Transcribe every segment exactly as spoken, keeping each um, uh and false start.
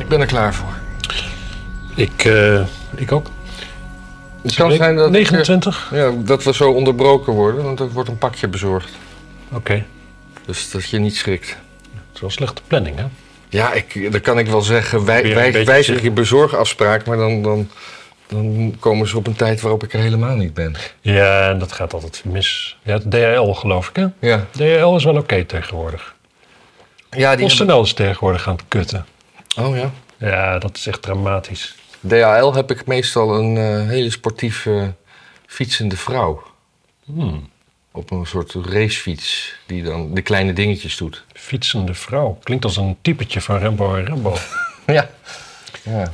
Ik ben er klaar voor. Ik, uh, ik ook. Het kan zijn dat, negenentwintig? Ik, ja, dat we zo onderbroken worden, want er wordt een pakje bezorgd. Oké. Okay. Dus dat je niet schrikt. Het is wel slechte planning, hè? Ja, ik, dat kan ik wel zeggen. Wij, wij, wijzig je bezorgafspraak, maar dan, dan, dan komen ze op een tijd waarop ik er helemaal niet ben. Ja, en dat gaat altijd mis. Ja, D H L geloof ik, hè? Ja. D H L is wel oké okay tegenwoordig. Ja, die PostNL hebben... is tegenwoordig aan het kutten. Oh ja? Ja, dat is echt dramatisch. D H L heb ik meestal een uh, hele sportieve fietsende vrouw. Hmm. Op een soort racefiets die dan de kleine dingetjes doet. Fietsende vrouw. Klinkt als een typetje van Rembo en Rembo. Ja. ja.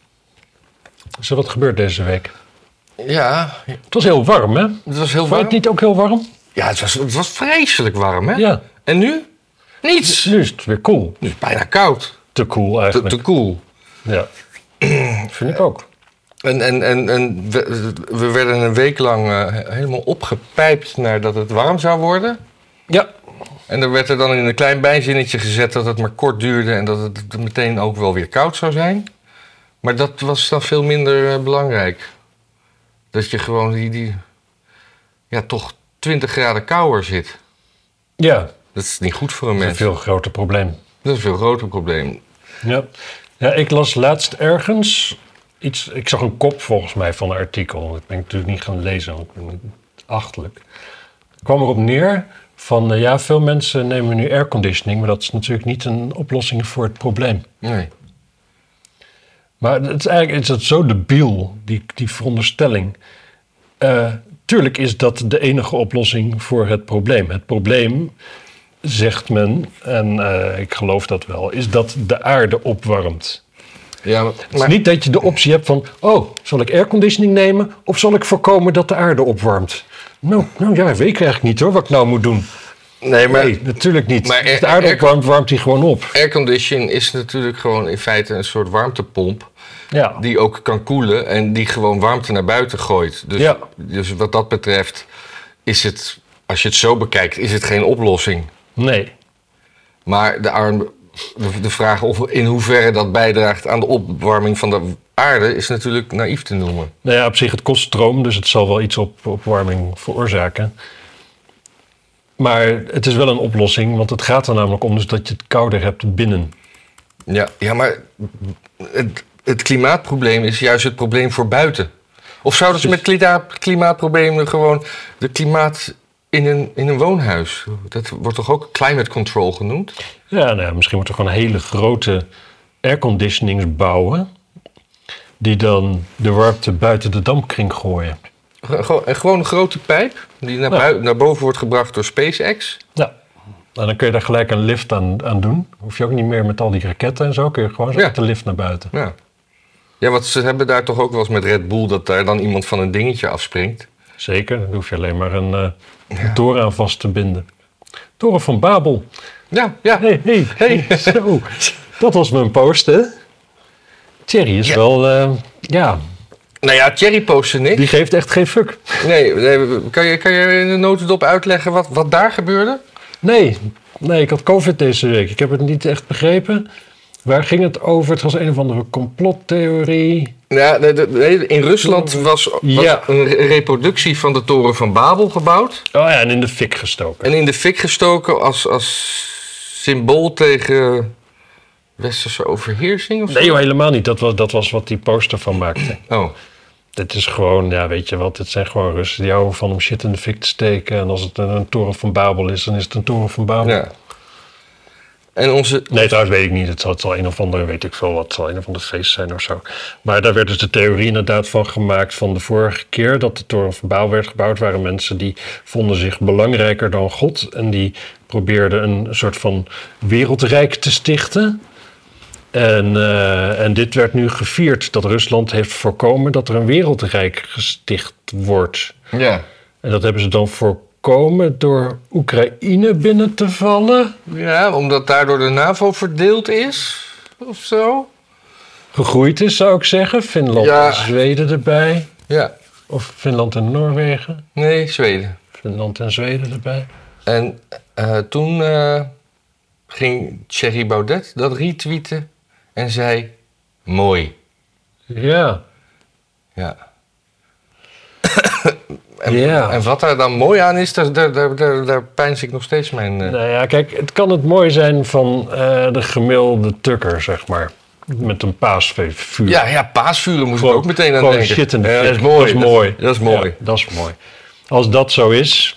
Is er wat gebeurd deze week? Ja. Het was heel warm, hè? Het was heel Vond warm. je het niet ook heel warm? Ja, het was, het was vreselijk warm, hè? Ja. En nu? Niets. Nu is het weer koel. Nu is het bijna koud. Te koel eigenlijk. Te, te koel. Ja. Vind ik ook. En, en, en, en we, we werden een week lang uh, helemaal opgepijpt naar dat het warm zou worden. Ja. En er werd er dan in een klein bijzinnetje gezet dat het maar kort duurde en dat het meteen ook wel weer koud zou zijn. Maar dat was dan veel minder uh, belangrijk. Dat je gewoon die, die ja, toch twintig graden kouder zit. Ja. Dat is niet goed voor een mens. Dat is een veel groter probleem. Dat is een veel groter probleem. Ja. Ja, ik las laatst ergens iets. Ik zag een kop volgens mij van een artikel. Dat ben ik natuurlijk niet gaan lezen, want ik ben achterlijk. Het kwam erop neer van uh, ja, veel mensen nemen nu airconditioning, maar dat is natuurlijk niet een oplossing voor het probleem. Nee. Maar het is eigenlijk is dat zo debiel, die, die veronderstelling. Uh, tuurlijk is dat de enige oplossing voor het probleem. Het probleem, zegt men, en uh, ik geloof dat wel, is dat de aarde opwarmt. Ja, maar... Het is niet dat je de optie hebt van, oh, zal ik airconditioning nemen of zal ik voorkomen dat de aarde opwarmt? Nou, nou ja, weet ik eigenlijk niet hoor, wat ik nou moet doen. Nee, maar, nee natuurlijk niet. Maar Als de aarde air, opwarmt, warmt die gewoon op. Airconditioning is natuurlijk gewoon in feite een soort warmtepomp. Ja. Die ook kan koelen en die gewoon warmte naar buiten gooit. Dus, ja. dus wat dat betreft is het, als je het zo bekijkt, is het geen oplossing. Nee. Maar de, arm, de, de vraag of in hoeverre dat bijdraagt aan de opwarming van de aarde is natuurlijk naïef te noemen. Nou ja, op zich het kost stroom, dus het zal wel iets op opwarming veroorzaken. Maar het is wel een oplossing, want het gaat er namelijk om dus dat je het kouder hebt binnen. Ja, ja maar het, het klimaatprobleem is juist het probleem voor buiten. Of zouden ze met klimaat, klimaatproblemen gewoon de klimaat in een, in een woonhuis... Dat wordt toch ook climate control genoemd? Ja, nou ja, misschien wordt er gewoon hele grote airconditionings bouwen die dan de warmte buiten de dampkring gooien. En gewoon een grote pijp die naar, ja. bui- naar boven wordt gebracht door SpaceX. Ja, en dan kun je daar gelijk een lift aan, aan doen. Hoef je ook niet meer met al die raketten en zo. Kun je gewoon zo ja. met de lift naar buiten. Ja. ja, want ze hebben daar toch ook wel eens met Red Bull dat daar dan iemand van een dingetje afspringt. Zeker, dan hoef je alleen maar een, uh, een ja. toren aan vast te binden. Toren van Babel. Ja, ja. Hey, hey, hey. Zo. Dat was mijn post, hè? Thierry is ja. wel, uh, ja... Nou ja, Thierry postte niks. Die geeft echt geen fuck. Nee, nee kan, je, kan je in de notendop uitleggen wat, wat daar gebeurde? Nee, nee, ik had COVID deze week. Ik heb het niet echt begrepen. Waar ging het over? Het was een of andere complottheorie. Ja, nee, in Rusland was, was ja. een reproductie van de Toren van Babel gebouwd. Oh ja, en in de fik gestoken. En in de fik gestoken als, als symbool tegen westerse overheersing of zo? Nee joh, helemaal niet. Dat was, dat was wat die poster van maakte. Oh. Dit is gewoon, ja weet je wat, dit zijn gewoon Russen die houden van om shit in de fik te steken. En als het een, een Toren van Babel is, dan is het een Toren van Babel. Ja. En onze... Nee, trouwens weet ik niet. Het zal, het zal een of andere, weet ik veel wat, het zal een of ander feest zijn of zo. Maar daar werd dus de theorie inderdaad van gemaakt van de vorige keer dat de Toren van Babel werd gebouwd. Waren mensen die vonden zich belangrijker dan God. En die probeerden een soort van wereldrijk te stichten. En, uh, en dit werd nu gevierd dat Rusland heeft voorkomen dat er een wereldrijk gesticht wordt. Ja. En dat hebben ze dan voorkomen door Oekraïne binnen te vallen. Ja, omdat daardoor de NAVO verdeeld is of zo. Gegroeid is, zou ik zeggen. Finland ja. en Zweden erbij. Ja. Of Finland en Noorwegen. Nee, Zweden. Finland en Zweden erbij. En uh, toen uh, ging Thierry Baudet dat retweeten en zei... mooi. Ja. Ja. en, Ja. en wat daar dan mooi aan is, daar, daar, daar, daar, daar pijns ik nog steeds mijn... Uh... Nou ja, kijk, het kan het mooi zijn van uh, de gemiddelde tukker, zeg maar. Met een paasvuur. Ja, ja, paasvuren moet ik ook meteen aan gewoon denken. Shit in de ja, fik. dat is mooi. Dat is mooi. Dat, dat is mooi. Ja, dat is mooi. Als dat zo is,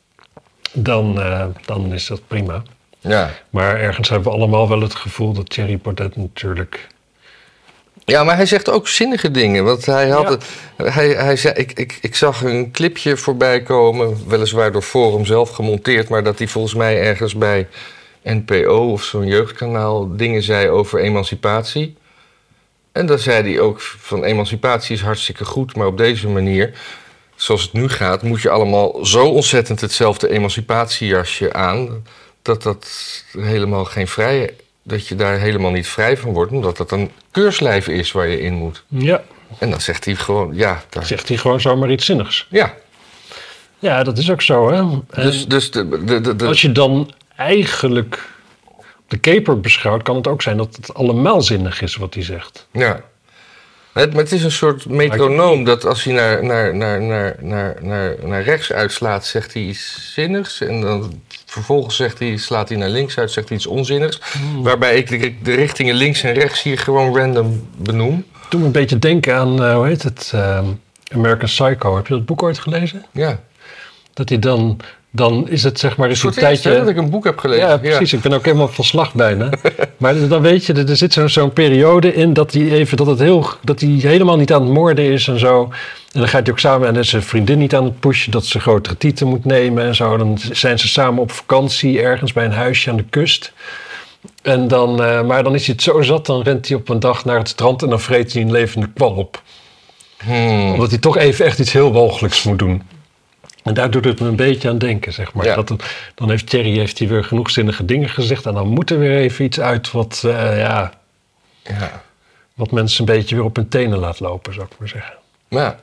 dan, uh, dan is dat prima. Ja. Maar ergens hebben we allemaal wel het gevoel dat Thierry Baudet natuurlijk... Ja, maar hij zegt ook zinnige dingen. Want hij had Ja. het, hij, hij zei, ik, ik, ik zag een clipje voorbij komen, weliswaar door Forum zelf gemonteerd, maar dat hij volgens mij ergens bij N P O of zo'n jeugdkanaal dingen zei over emancipatie. En dan zei hij ook van emancipatie is hartstikke goed, maar op deze manier, zoals het nu gaat, moet je allemaal zo ontzettend hetzelfde emancipatiejasje aan, dat dat helemaal geen vrije... dat je daar helemaal niet vrij van wordt, omdat dat een keurslijf is waar je in moet. Ja. En dan zegt hij gewoon, ja... Daar... Zegt hij gewoon zomaar iets zinnigs. Ja. Ja, dat is ook zo, hè. En Dus, dus de, de, de, de... als je dan eigenlijk de caper beschouwt, kan het ook zijn dat het allemaal zinnig is wat hij zegt. Ja. Het, maar het is een soort metronoom dat als hij naar, naar, naar, naar, naar, naar, naar rechts uitslaat, zegt hij iets zinnigs. En dan vervolgens zegt hij, slaat hij naar links uit, zegt hij iets onzinnigs. Hmm. Waarbij ik de, de richtingen links en rechts hier gewoon random benoem. Doe me een beetje denken aan, uh, hoe heet het, uh, American Psycho. Heb je dat boek ooit gelezen? Ja. Dat hij dan, dan is het zeg maar... Is het een tijdje dat ik een boek heb gelezen. Ja, precies. Ja. Ik ben ook helemaal van slag bijna. Maar dan weet je, er zit zo, zo'n periode in dat hij even, dat het heel, dat hij helemaal niet aan het moorden is en zo. En dan gaat hij ook samen en dan is zijn vriendin niet aan het pushen dat ze grotere tieten moet nemen en zo. Dan zijn ze samen op vakantie ergens bij een huisje aan de kust. En dan, uh, maar dan is hij het zo zat, dan rent hij op een dag naar het strand en dan vreet hij een levende kwal op. Hmm. Omdat hij toch even echt iets heel walgelijks moet doen. En daar doet het me een beetje aan denken, zeg maar. Ja. Dat dan, dan heeft Thierry heeft hij weer genoeg zinnige dingen gezegd en dan moet er weer even iets uit wat, uh, ja, ja. wat mensen een beetje weer op hun tenen laat lopen, zou ik maar zeggen. Ja.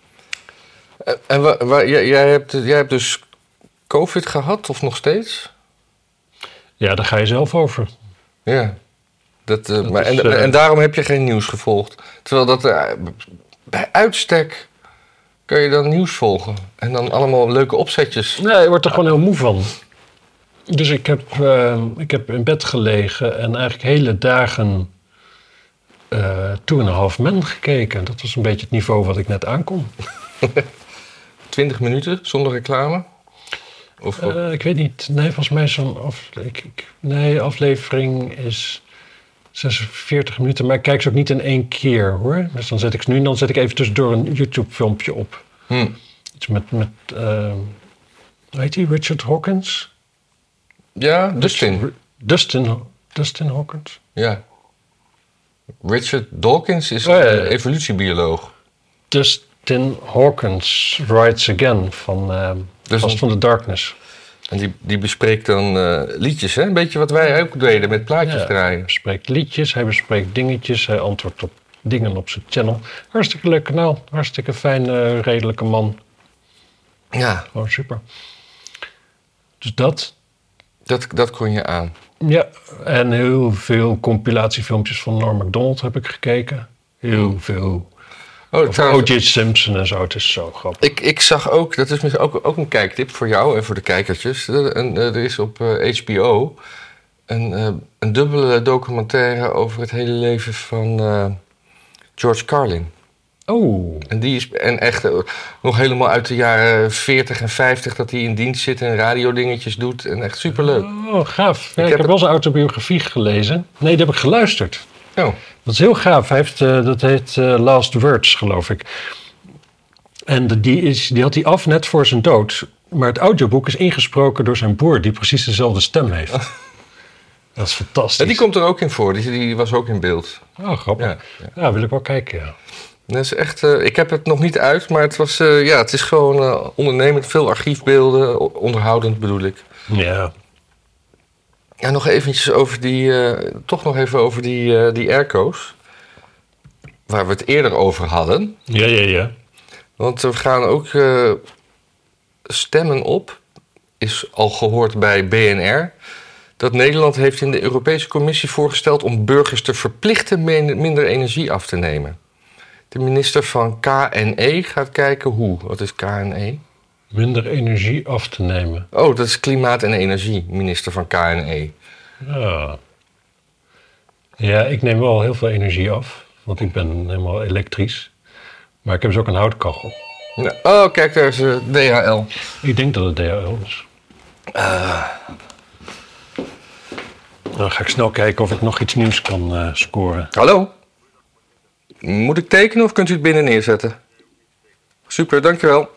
En wa, wa, jij, jij, hebt, jij hebt dus COVID gehad, of nog steeds? Ja, daar ga je zelf over. Ja. Dat, uh, dat maar, is, en, uh, en daarom heb je geen nieuws gevolgd. Terwijl dat uh, bij uitstek kan je dan nieuws volgen. En dan allemaal leuke opzetjes. Nee, je wordt er gewoon heel moe van. Dus ik heb, uh, ik heb in bed gelegen en eigenlijk hele dagen uh, Two and a Half Men gekeken. Dat was een beetje het niveau wat ik net aankom. Twintig minuten zonder reclame? Of, of... Uh, ik weet niet. Nee, volgens mij is zo'n af, ik, ik, nee, aflevering is zesenveertig minuten. Maar ik kijk ze ook niet in één keer, hoor. Dus dan zet ik ze nu en dan zet ik even tussendoor een YouTube-filmpje op. Hmm. Iets met, met uh, hoe heet die? Richard Hawkins? Ja, Dustin. Dustin, Dustin Hawkins? Ja. Richard Dawkins is oh, ja, ja. een evolutiebioloog. Dustin Hawkins Writes Again van, uh, dus vast een... van The Darkness. En die, die bespreekt dan uh, liedjes, hè? Een beetje wat wij ook deden met plaatjes ja, draaien. Hij bespreekt liedjes, hij bespreekt dingetjes, hij antwoordt op dingen op zijn channel. Hartstikke leuk kanaal, hartstikke fijn, uh, redelijke man. Ja. Gewoon super. Dus dat. Dat, dat kon je aan. Ja, en heel veel compilatiefilmpjes van Norm Macdonald heb ik gekeken. Heel veel. Oh, trouwens, O J Simpson en zo, het is zo grappig. Ik, ik zag ook, dat is misschien ook, ook een kijktip voor jou en voor de kijkertjes. Er, een, er is op uh, H B O een, uh, een dubbele documentaire over het hele leven van uh, George Carlin. Oh. En die is en echt uh, nog helemaal uit de jaren veertig en vijftig dat hij in dienst zit en radiodingetjes doet. En echt superleuk. Oh, gaaf. Ja, ik, ik heb, heb wel zijn autobiografie gelezen. Nee, die heb ik geluisterd. Oh. Dat is heel gaaf. Hij heeft, uh, dat heet uh, Last Words, geloof ik. En de, die, is, die had hij af net voor zijn dood. Maar het audioboek is ingesproken door zijn broer, die precies dezelfde stem heeft. Oh. Dat is fantastisch. Ja, die komt er ook in voor. Die, die was ook in beeld. Oh, grappig. Ja, ja. ja wil ik wel kijken, ja. Dat is echt, uh, ik heb het nog niet uit, maar het, was, uh, ja, het is gewoon uh, ondernemend. Veel archiefbeelden, onderhoudend bedoel ik. Ja. Ja, nog eventjes over die, uh, toch nog even over die, uh, die airco's. Waar we het eerder over hadden. Ja, ja, ja. Want we gaan ook uh, stemmen op. Is al gehoord bij B N R. dat Nederland heeft in de Europese Commissie voorgesteld om burgers te verplichten minder energie af te nemen. De minister van K N E gaat kijken hoe. Wat is K N E? Minder energie af te nemen. Oh, dat is klimaat en energie, minister van K N E. Ja. Ja, ik neem wel heel veel energie af, want ik ben helemaal elektrisch. Maar ik heb dus ook een houtkachel. Ja. Oh, kijk, daar is de D H L. Ik denk dat het D H L is. Uh. Dan ga ik snel kijken of ik nog iets nieuws kan uh, scoren. Hallo? Moet ik tekenen of kunt u het binnen neerzetten? Super, dankjewel.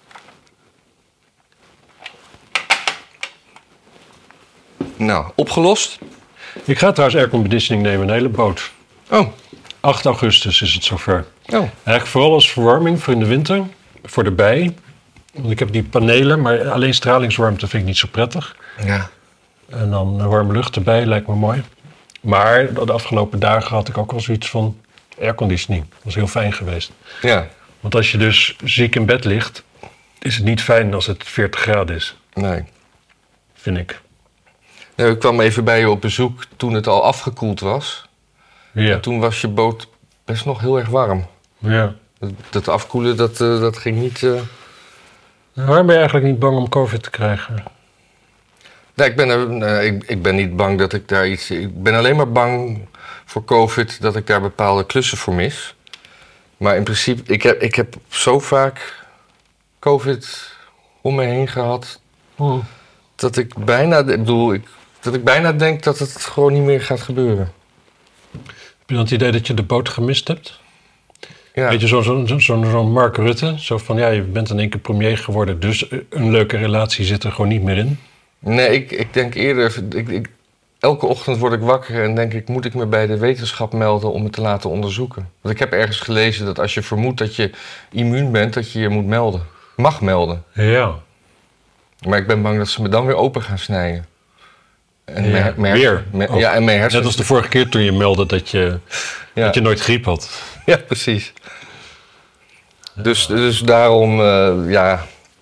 Nou, opgelost. Ik ga trouwens airconditioning nemen, een hele boot. Oh. acht augustus is het zover. Oh. Eigenlijk vooral als verwarming voor in de winter, voor de bij. Want ik heb die panelen, maar alleen stralingswarmte vind ik niet zo prettig. Ja. En dan warme lucht erbij, lijkt me mooi. Maar de afgelopen dagen had ik ook wel zoiets van airconditioning. Dat was heel fijn geweest. Ja. Want als je dus ziek in bed ligt, is het niet fijn als het veertig graden is. Nee. Vind ik. Nou, ik kwam even bij je op bezoek toen het al afgekoeld was. Ja. En toen was je boot best nog heel erg warm. Ja. Dat, dat afkoelen, dat, uh, dat ging niet... Uh... Waarom ben je eigenlijk niet bang om COVID te krijgen? Nee, ik ben, er, uh, ik, ik ben niet bang dat ik daar iets... Ik ben alleen maar bang voor COVID dat ik daar bepaalde klussen voor mis. Maar in principe, ik heb, ik heb zo vaak COVID om me heen gehad... Oh. dat ik bijna... Ik bedoel, ik, dat ik bijna denk dat het gewoon niet meer gaat gebeuren. Heb je dan het idee dat je de boot gemist hebt? Ja. Weet je, zo'n zo, zo, zo, zo Mark Rutte. Zo van, ja, je bent in één keer premier geworden... dus een leuke relatie zit er gewoon niet meer in. Nee, ik, ik denk eerder... Ik, ik, elke ochtend word ik wakker en denk ik... moet ik me bij de wetenschap melden om me te laten onderzoeken? Want ik heb ergens gelezen dat als je vermoedt dat je immuun bent... dat je je moet melden. Mag melden. Ja. Maar ik ben bang dat ze me dan weer open gaan snijden. En Ja, mijn, mijn weer? hersen- mijn- Oh. ja, en mijn hersens... Net als de vorige keer toen je meldde dat je, Ja. dat je nooit griep had. Ja, precies. Dus, dus daarom, uh, ja...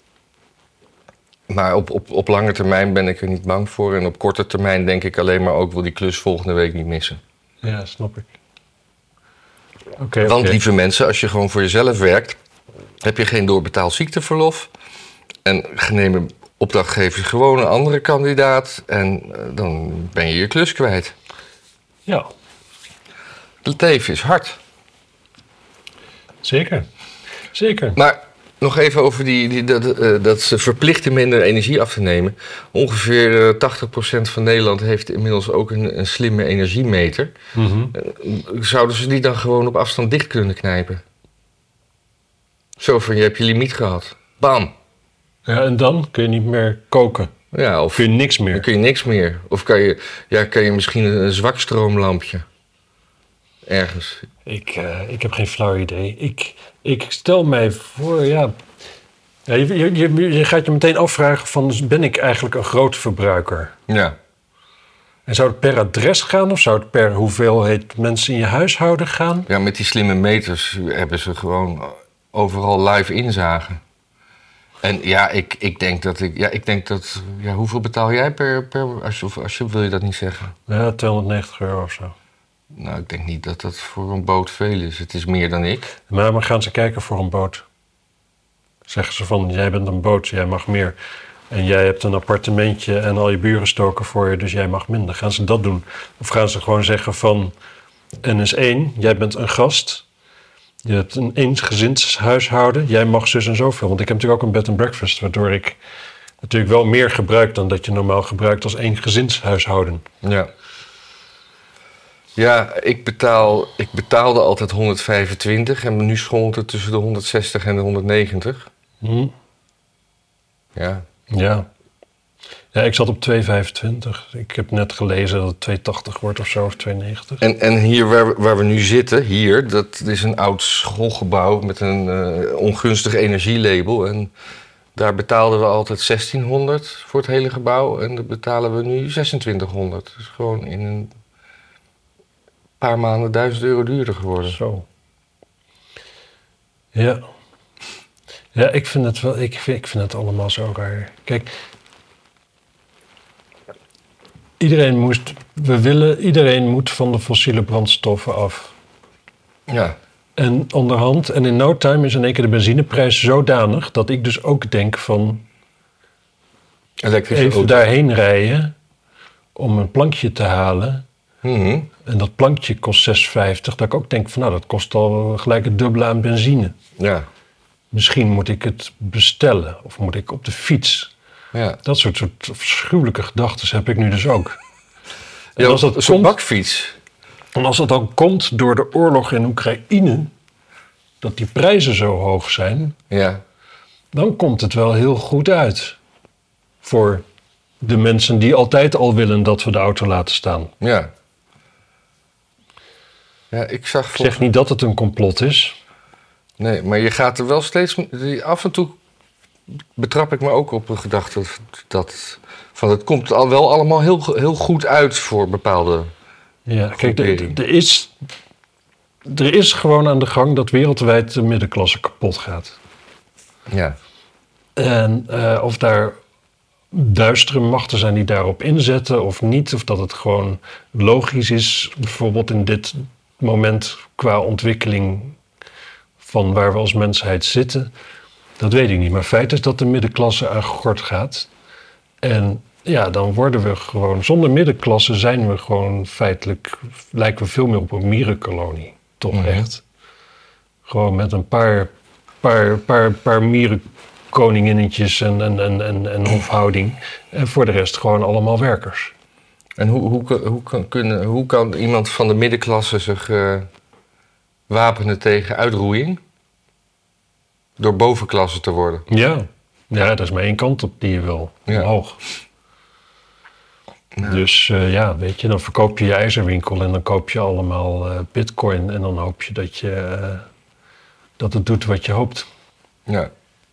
Maar op, op, op lange termijn ben ik er niet bang voor. En op korte termijn denk ik alleen maar ook... wil die klus volgende week niet missen. Ja, snap ik. Oké, okay, Want okay. lieve mensen, als je gewoon voor jezelf werkt... heb je geen doorbetaald ziekteverlof. En neem een opdrachtgever gewoon een andere kandidaat... en uh, dan ben je je klus kwijt. Ja. Het leven is hard. Zeker. Zeker. Maar nog even over die, die, dat, uh, dat ze verplichten minder energie af te nemen. Ongeveer uh, tachtig procent van Nederland heeft inmiddels ook een, een slimme energiemeter. Mm-hmm. Uh, zouden ze die dan gewoon op afstand dicht kunnen knijpen? Zo van, je hebt je limiet gehad. Bam. Ja, en dan kun je niet meer koken. Ja, of Kun je niks meer. dan kun je niks meer. Of kan je, ja, kan je misschien een, een zwakstroomlampje. Ergens. Ik, uh, ik heb geen flauw idee. Ik, ik stel mij voor, ja... ja je, je, je, je gaat je meteen afvragen van... ben ik eigenlijk een groot verbruiker? Ja. En zou het per adres gaan? Of zou het per hoeveelheid mensen in je huishouden gaan? Ja, met die slimme meters hebben ze gewoon overal live inzage. En ja, ik, ik denk dat ik... Ja, ik denk dat... Ja, hoeveel betaal jij per... per als je, als je wil je dat niet zeggen? Ja, tweehonderdnegentig euro of zo. Nou, ik denk niet dat dat voor een boot veel is. Het is meer dan ik. Maar, maar gaan ze kijken voor een boot? Zeggen ze van, jij bent een boot, jij mag meer. En jij hebt een appartementje en al je buren stoken voor je, dus jij mag minder. Gaan ze dat doen? Of gaan ze gewoon zeggen van, N is één, jij bent een gast. Je hebt een eensgezinshuishouden, jij mag zus en zoveel. Want ik heb natuurlijk ook een bed and breakfast, waardoor ik natuurlijk wel meer gebruik dan dat je normaal gebruikt als eengezinshuishouden. Ja. Ja, ik, betaal, ik betaalde altijd honderdvijfentwintig en nu schommelt het tussen de honderdzestig en de honderdnegentig. Hm. Ja. Ja. Ja, ik zat op twee vijfentwintig. Ik heb net gelezen dat het twee tachtig wordt of zo, of twee negentig. En, en hier waar we, waar we nu zitten, hier, dat is een oud schoolgebouw met een uh, ongunstig energielabel. En daar betaalden we altijd zestienhonderd voor het hele gebouw en daar betalen we nu zesentwintighonderd. Dus gewoon in een paar maanden duizend euro duurder geworden. Zo. Ja. Ja, ik vind het wel, ik vind, ik vind het allemaal zo raar. Kijk, Iedereen moest, we willen, iedereen moet van de fossiele brandstoffen af. Ja. En onderhand, en in no time is in één keer de benzineprijs zodanig dat ik dus ook denk van Elektrische even auto. daarheen rijden om een plankje te halen. Mm-hmm. En dat plankje kost zes vijftig. Dat ik ook denk van nou, dat kost al gelijk het dubbele aan benzine. Ja. Misschien moet ik het bestellen of moet ik op de fiets. Ja. Dat soort, soort afschuwelijke gedachten heb ik nu dus ook. En Ja, als dat een soort komt, bakfiets. en als dat dan komt door de oorlog in Oekraïne, dat die prijzen zo hoog zijn, Ja. dan komt het wel heel goed uit. Voor de mensen die altijd al willen dat we de auto laten staan. Ja. Ja, ik zag... Ik zeg niet dat het een complot is. Nee, maar je gaat er wel steeds... Af en toe betrap ik me ook op een gedachte dat... Van het komt al wel allemaal heel, heel goed uit voor bepaalde... Ja, kijk, er groepering. er is, er is gewoon aan de gang dat wereldwijd de middenklasse kapot gaat. Ja. En uh, of daar duistere machten zijn die daarop inzetten of niet, of dat het gewoon logisch is, bijvoorbeeld in dit moment qua ontwikkeling van waar we als mensheid zitten, dat weet ik niet. Maar feit is dat de middenklasse aan gort gaat. En ja, dan worden we gewoon, zonder middenklasse zijn we gewoon feitelijk, lijken we veel meer op een mierenkolonie. Toch Mm-hmm. echt. Gewoon met een paar, paar, paar, paar mierenkoninginnetjes en, en, en, en, en hofhouding. En voor de rest gewoon allemaal werkers. En hoe, hoe, hoe, kan, kunnen, hoe kan iemand van de middenklasse zich uh, wapenen tegen uitroeiing? Door bovenklasse te worden. Ja. Ja, dat is maar één kant op die je wil. Ja. Omhoog. Ja. Dus uh, ja, weet je, dan verkoop je je ijzerwinkel en dan koop je allemaal uh, bitcoin. En dan hoop je dat, je uh, dat het doet wat je hoopt. Ja.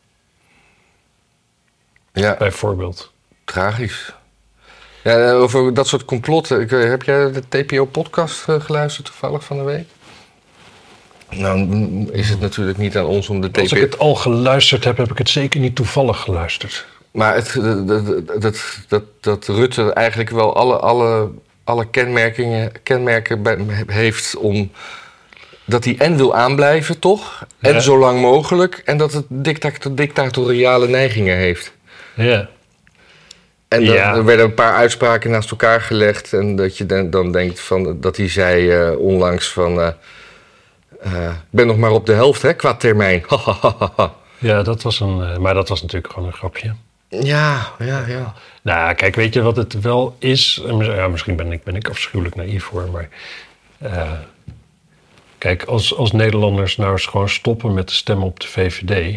Ja, Bijvoorbeeld. tragisch. Ja, over dat soort complotten. Ik, heb jij de T P O-podcast uh, geluisterd toevallig van de week? Nou, is het natuurlijk niet aan ons om de T P O... Als ik het al geluisterd heb, heb ik het zeker niet toevallig geluisterd. Maar het, dat, dat, dat, dat Rutte eigenlijk wel alle, alle, alle kenmerkingen, kenmerken bij, heeft om... dat hij en wil aanblijven, toch? En Ja. zo lang mogelijk. En dat het dictator, dictatoriale neigingen heeft. Ja. En dan, Ja. er werden een paar uitspraken naast elkaar gelegd. En dat je dan, dan denkt van, dat hij zei uh, onlangs van... Uh, uh, ik ben nog maar op de helft, hè, qua termijn. Ja, dat was een... Uh, maar dat was natuurlijk gewoon een grapje. Ja, ja, ja. Nou, kijk, weet je wat het wel is? Ja, misschien ben ik, ben ik afschuwelijk naïef voor, maar... Uh, kijk, als, als Nederlanders nou eens gewoon stoppen met te stemmen op de V V D...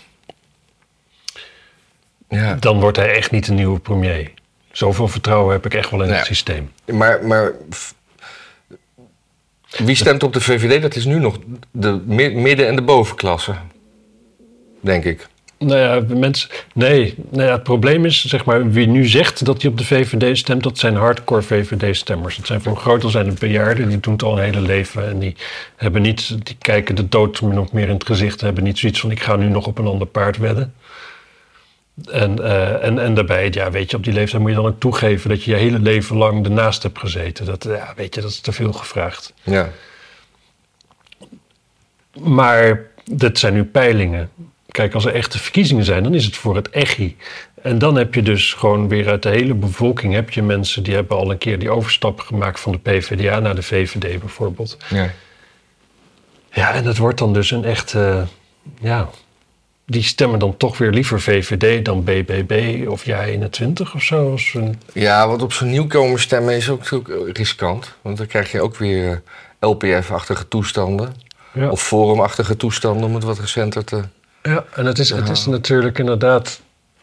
Ja. dan wordt hij echt niet een nieuwe premier. Zoveel vertrouwen heb ik echt wel in Nou het ja. systeem. Maar, maar f- wie stemt op de V V D? Dat is nu nog de mi- midden- en de bovenklasse, denk ik. Nou ja, mensen... Nee, nou ja, het probleem is, zeg maar, wie nu zegt dat hij op de V V D stemt, dat zijn hardcore V V D-stemmers. Het zijn voor een groot deel zijn het bejaarden, die doen het al een hele leven. En die hebben niet, die kijken de dood min of meer in het gezicht, hebben niet zoiets van, ik ga nu nog op een ander paard wedden. En, uh, en, en daarbij, ja, weet je, op die leeftijd moet je dan ook toegeven dat je je hele leven lang ernaast hebt gezeten. Dat, ja, weet je, dat is te veel gevraagd. Ja. Maar dit zijn nu peilingen. Kijk, als er echte verkiezingen zijn, dan is het voor het echi. En dan heb je dus gewoon weer uit de hele bevolking... heb je mensen die hebben al een keer die overstap gemaakt... van de P V D A naar de V V D bijvoorbeeld. Ja. Ja, en het wordt dan dus een echte... ja, die stemmen dan toch weer liever V V D dan B B B of Ja eenentwintig of zo. Als een... Ja, want op zo'n nieuwkomer stemmen is ook natuurlijk riskant. Want dan krijg je ook weer uh, L P F-achtige toestanden. Ja. Of Forum-achtige toestanden, om het wat recenter te... Ja, en het is, het is natuurlijk inderdaad...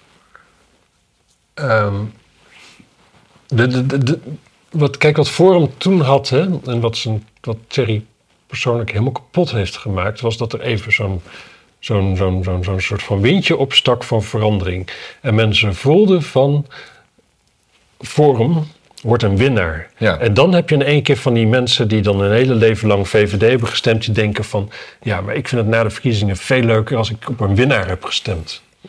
Um, de, de, de, de, wat, kijk, wat Forum toen had, hè, en wat, zijn, wat Thierry persoonlijk helemaal kapot heeft gemaakt... was dat er even zo'n, zo'n, zo'n, zo'n, zo'n soort van windje opstak van verandering. En mensen voelden van... Forum wordt een winnaar. Ja. En dan heb je in één keer van die mensen die dan een hele leven lang V V D hebben gestemd... die denken van, ja, maar ik vind het na de verkiezingen veel leuker als ik op een winnaar heb gestemd.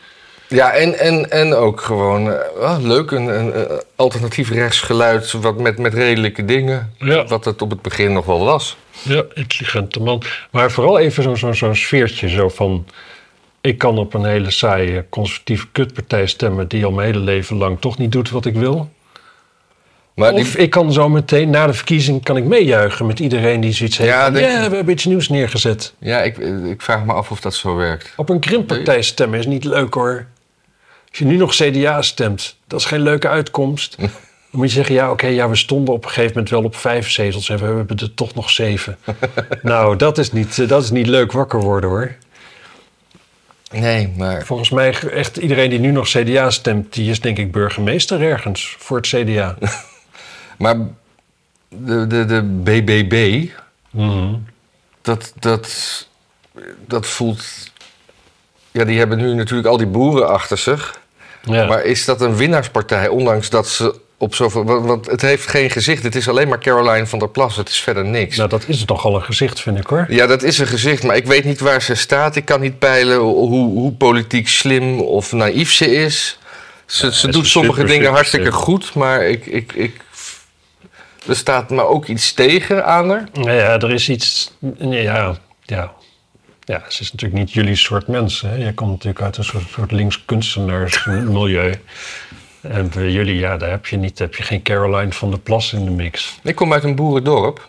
Ja, en, en, en ook gewoon uh, oh, leuk, een, een, een alternatief rechtsgeluid wat met, met redelijke dingen. Ja. Wat het op het begin nog wel was. Ja, intelligente man. Maar vooral even zo'n zo, zo'n sfeertje zo van... Ik kan op een hele saaie conservatieve kutpartij stemmen... die al mijn hele leven lang toch niet doet wat ik wil. Maar of die... ik kan zo meteen na de verkiezing kan ik meejuichen met iedereen die zoiets heeft. Ja, van, denk... ja we hebben iets nieuws neergezet. Ja, ik, ik vraag me af of dat zo werkt. Op een krimppartij stemmen is niet leuk hoor. Als je nu nog C D A stemt, dat is geen leuke uitkomst. Dan moet je zeggen, ja oké, okay, ja, we stonden op een gegeven moment wel op vijf zetels... en we hebben er toch nog zeven. Nou, dat is, niet, dat is niet leuk wakker worden hoor. Nee, maar... Volgens mij echt iedereen die nu nog C D A stemt... die is denk ik burgemeester ergens voor het C D A. Maar de, de, de B B B... Mm-hmm. dat, dat, dat voelt... Ja, die hebben nu natuurlijk al die boeren achter zich. Ja. Maar is dat een winnaarspartij, ondanks dat ze op zoveel... Want het heeft geen gezicht. Het is alleen maar Caroline van der Plas. Het is verder niks. Nou, dat is toch al een gezicht, vind ik hoor. Ja, dat is een gezicht, maar ik weet niet waar ze staat. Ik kan niet peilen hoe, hoe politiek slim of naïef ze is. Ze, Ja, ze ze doet is sommige super, dingen super hartstikke slim. goed, maar ik, ik, ik, er staat me ook iets tegen aan haar. Nou ja, er is iets... Ja, ja. Ja, ze is natuurlijk niet jullie soort mensen. Hè? Jij komt natuurlijk uit een soort, soort links kunstenaarsmilieu. En bij jullie, ja, daar heb je, niet, heb je geen Caroline van der Plas in de mix. Ik kom uit een boerendorp.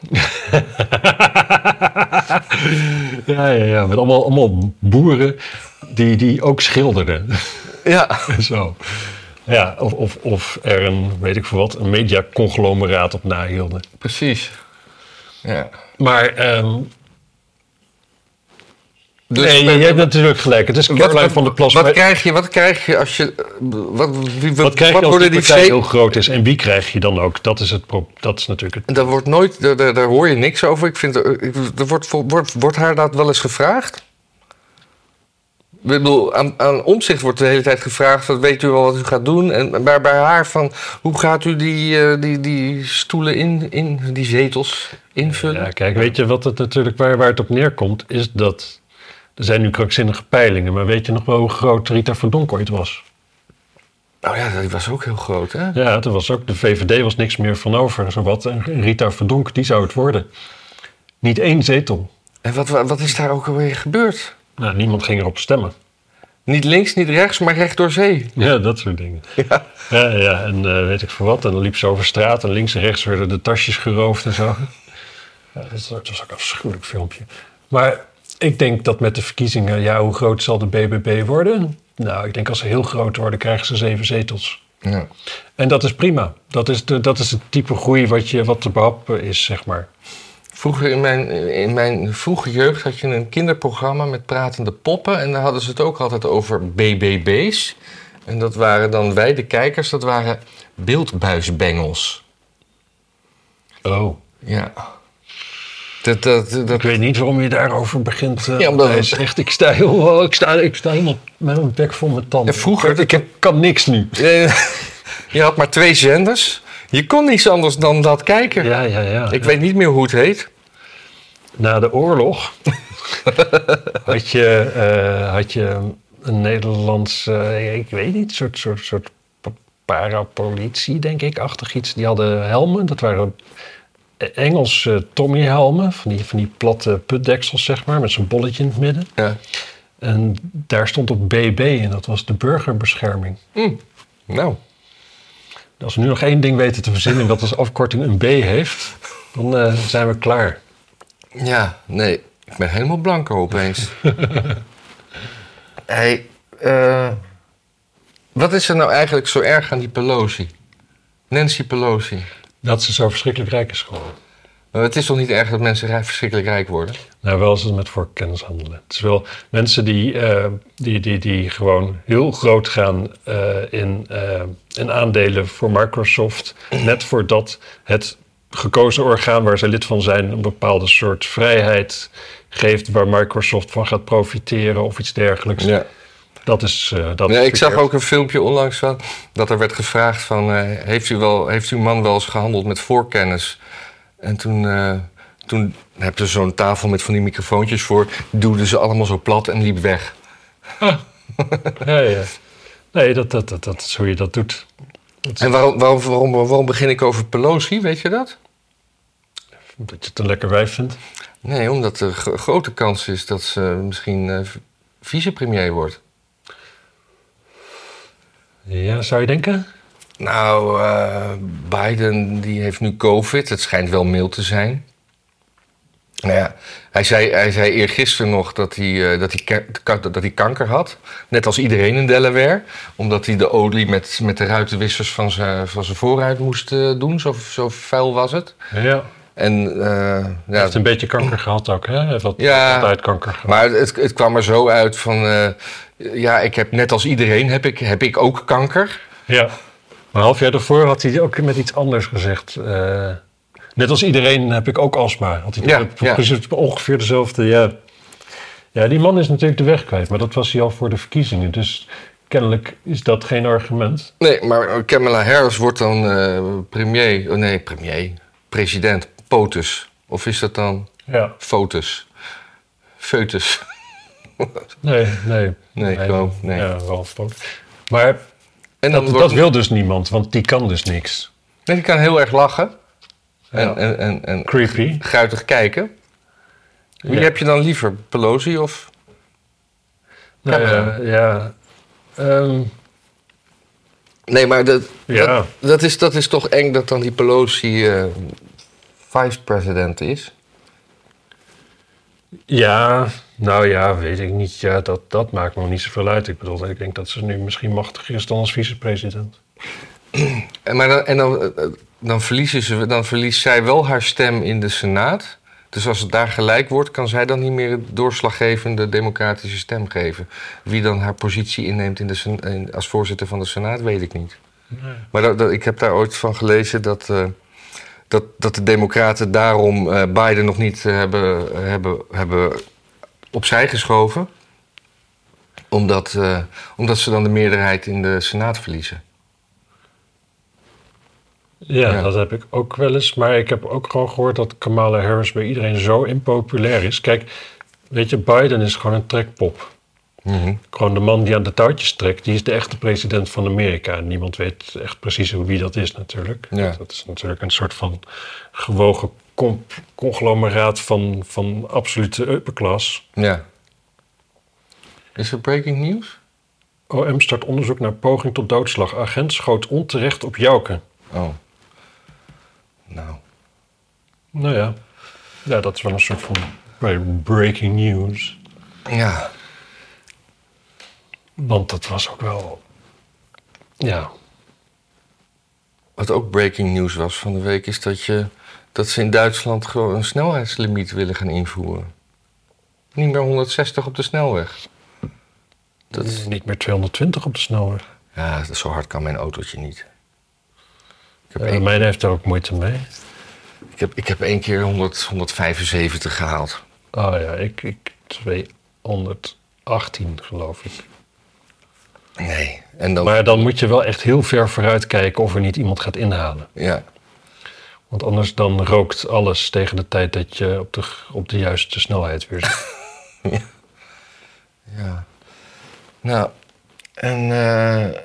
ja, ja, ja, met allemaal, allemaal boeren die, die ook schilderden. Ja. Zo. Ja, of, of, of er een, weet ik veel wat, een mediaconglomeraat op nahielden. Precies. Ja. Maar... Um, Dus nee, je, je hebt natuurlijk gelijk. Het is Caroline wat, wat, van der Plas. Wat maar, krijg je, wat krijg je als je... Wat, wie, wat krijg je wat als worden die die partij zee- heel groot is? En wie krijg je dan ook? Dat is, het, pro- dat is natuurlijk het... Daar wordt nooit, daar, daar, daar hoor je niks over. Ik vind, er, ik- er wordt, wordt, wordt haar dat wel eens gevraagd? Ik bedoel, aan, aan Omtzigt wordt de hele tijd gevraagd... Wat weet u wel wat u gaat doen? En bij, bij haar van... Hoe gaat u die, uh, die, die stoelen in, in, die zetels invullen? Ja, kijk, weet je wat het natuurlijk waar, waar het op neerkomt? Is dat... Er zijn nu krankzinnige peilingen, maar weet je nog wel hoe groot Rita Verdonk ooit was? Oh ja, die was ook heel groot, hè? Ja, er was ook, de V V D was niks meer van over, zowat. En Rita Verdonk, die zou het worden. Niet één zetel. En wat, wat is daar ook alweer gebeurd? Nou, niemand ging erop stemmen. Niet links, niet rechts, maar recht door zee. Ja, dat soort dingen. Ja. Ja, ja, en uh, weet ik veel wat. En dan liep ze over straat en links en rechts werden de tasjes geroofd en zo. Ja, dat, was, dat was ook een afschuwelijk filmpje. Maar ik denk dat met de verkiezingen, ja, hoe groot zal de B B B worden? Nou, ik denk als ze heel groot worden, krijgen ze zeven zetels. Ja. En dat is prima. Dat is, de, dat is het type groei wat, je, wat te behappen is, zeg maar. Vroeger in mijn, in mijn vroege jeugd had je een kinderprogramma met pratende poppen. En daar hadden ze het ook altijd over B B B's. En dat waren dan wij, de kijkers, dat waren beeldbuisbengels. Oh. Ja. Dat, dat, dat... Ik weet niet waarom je daarover begint. Uh, Ja, omdat nee, het- is echt, ik sta heel, ik sta, ik sta helemaal met mijn bek vol met tanden. Ja, vroeger- Ik, ik heb, kan niks nu. Je had maar twee zenders. Je kon niets anders dan dat kijken. Ja, ja, ja. Ik weet niet meer hoe het heet. Na de oorlog had je, uh, had je een Nederlands, uh, ik weet niet, soort, soort, soort parapolitie, denk ik, achtig iets. Die hadden helmen, dat waren Engelse Tommy-helmen, van die, van die platte putdeksels, zeg maar, met zo'n bolletje in het midden. Ja. En daar stond op B B en dat was de burgerbescherming. Mm. Nou, Als we nu nog één ding weten te verzinnen dat als afkorting een B heeft, dan uh, zijn we klaar. ja, nee. Ik ben helemaal blanco opeens. Hey, eh, wat is er nou eigenlijk zo erg aan die Pelosi? Nancy Pelosi. Dat ze zo verschrikkelijk rijk is geworden. Maar het is toch niet erg dat mensen rijk- verschrikkelijk rijk worden? Nou, wel als het met voorkennis handelen. Het is wel mensen die, uh, die, die, die gewoon heel groot gaan uh, in, uh, in aandelen voor Microsoft. Net voordat het gekozen orgaan waar ze lid van zijn een bepaalde soort vrijheid geeft waar Microsoft van gaat profiteren of iets dergelijks. Ja. Dat is, uh, dat Ja, is ik zag verkeerd. ook een filmpje onlangs van dat er werd gevraagd van... Uh, heeft, u wel, heeft uw man wel eens gehandeld met voorkennis? En toen, uh, toen heb je zo'n tafel met van die microfoontjes voor... duwden ze allemaal zo plat en liep weg. Ja, ja. Nee, dat, dat, dat, dat is hoe je dat doet. Dat En waarom, waarom, waarom, waarom begin ik over Pelosi, weet je dat? Dat je het een lekker wijf vindt. Nee, omdat er gro- grote kans is dat ze misschien uh, vicepremier wordt. Ja, zou je denken? Nou, uh, Biden die heeft nu COVID. Het schijnt wel mild te zijn. Nou ja, hij zei, hij zei eergisteren nog dat hij, uh, dat, hij ka- dat hij kanker had. Net als iedereen in Delaware. Omdat hij de olie met, met de ruitenwissers van zijn, van zijn voorruit moest uh, doen. Zo, zo vuil was het. Ja. En, uh, Hij ja, heeft een beetje kanker gehad ook, hè? Hij heeft wat, Ja, altijd kanker gehad. maar het, het kwam er zo uit van... Uh, ja, ik heb net als iedereen heb ik, heb ik ook kanker. Ja. Maar een half jaar daarvoor had hij ook met iets anders gezegd. Uh, net als iedereen heb ik ook astma. Had hij Ja, ja. precies ongeveer dezelfde... Ja. ja, die man is natuurlijk de weg kwijt. Maar dat was hij al voor de verkiezingen. Dus kennelijk is dat geen argument. Nee, maar Kamala Harris wordt dan uh, premier... Oh nee, premier. President. POTUS. Of is dat dan Ja. FOTUS? Foetus. Nee, nee. Nee, gewoon, nee. Ja, wel fout. Maar En dan dat, wordt, dat wil dus niemand, want die kan dus niks. Nee, die kan heel erg lachen. En, Ja. en, en, en Creepy. guitig kijken. Wie Ja. heb je dan liever? Pelosi of... Nou, Kamala? ja, ja. Ehm, Nee, maar dat, Ja. dat, dat, is, dat is toch eng dat dan die Pelosi uh, vice-president is? ja, nou ja, weet ik niet. Ja, dat, dat maakt me nog niet zoveel uit. Ik bedoel, ik denk dat ze nu misschien machtiger is dan als vicepresident. En, maar dan, en dan, uh, dan, verliezen ze, dan verliest zij wel haar stem in de Senaat. Dus als het daar gelijk wordt, kan zij dan niet meer het doorslaggevende democratische stem geven. Wie dan haar positie inneemt in de, sen- in, als voorzitter van de Senaat, weet ik niet. Nee. Maar dat, dat, ik heb daar ooit van gelezen dat, uh, dat, dat de democraten daarom uh, Biden nog niet uh, hebben, uh, hebben, hebben opzij geschoven. Omdat, uh, omdat ze dan de meerderheid in de Senaat verliezen. Ja, Ja. dat heb ik ook wel eens. Maar ik heb ook gewoon gehoord dat Kamala Harris bij iedereen zo impopulair is. Kijk, weet je, Biden is gewoon een trekpop. Mm-hmm. Gewoon de man die aan de touwtjes trekt, die is de echte president van Amerika. En niemand weet echt precies wie dat is natuurlijk. Ja. Dat is natuurlijk een soort van gewogen com- conglomeraat van, van absolute upperclass. Ja. Is er breaking news? O M start onderzoek naar poging tot doodslag. Agent schoot onterecht op Jouke. Oh. Nou. Nou ja, ja, dat is wel een soort van breaking news. Ja. Want dat was ook wel... Ja, Wat ook breaking news was van de week is dat, je, dat ze in Duitsland gewoon een snelheidslimiet willen gaan invoeren. Niet meer honderdzestig op de snelweg. Dat is, niet meer tweehonderdtwintig op de snelweg. ja, zo hard kan mijn autootje niet. Ik heb, Uh, één, mijn heeft er ook moeite mee. ik heb, ik heb één keer honderd, honderdvijfenzeventig gehaald. Oh ja, ik, ik tweehonderdachttien geloof ik. Nee. En dan, Maar dan moet je wel echt heel ver vooruit kijken of er niet iemand gaat inhalen. ja. Want anders dan rookt alles tegen de tijd dat je op de, op de juiste snelheid weer zit. Ja. Nou, en... eh, ehm,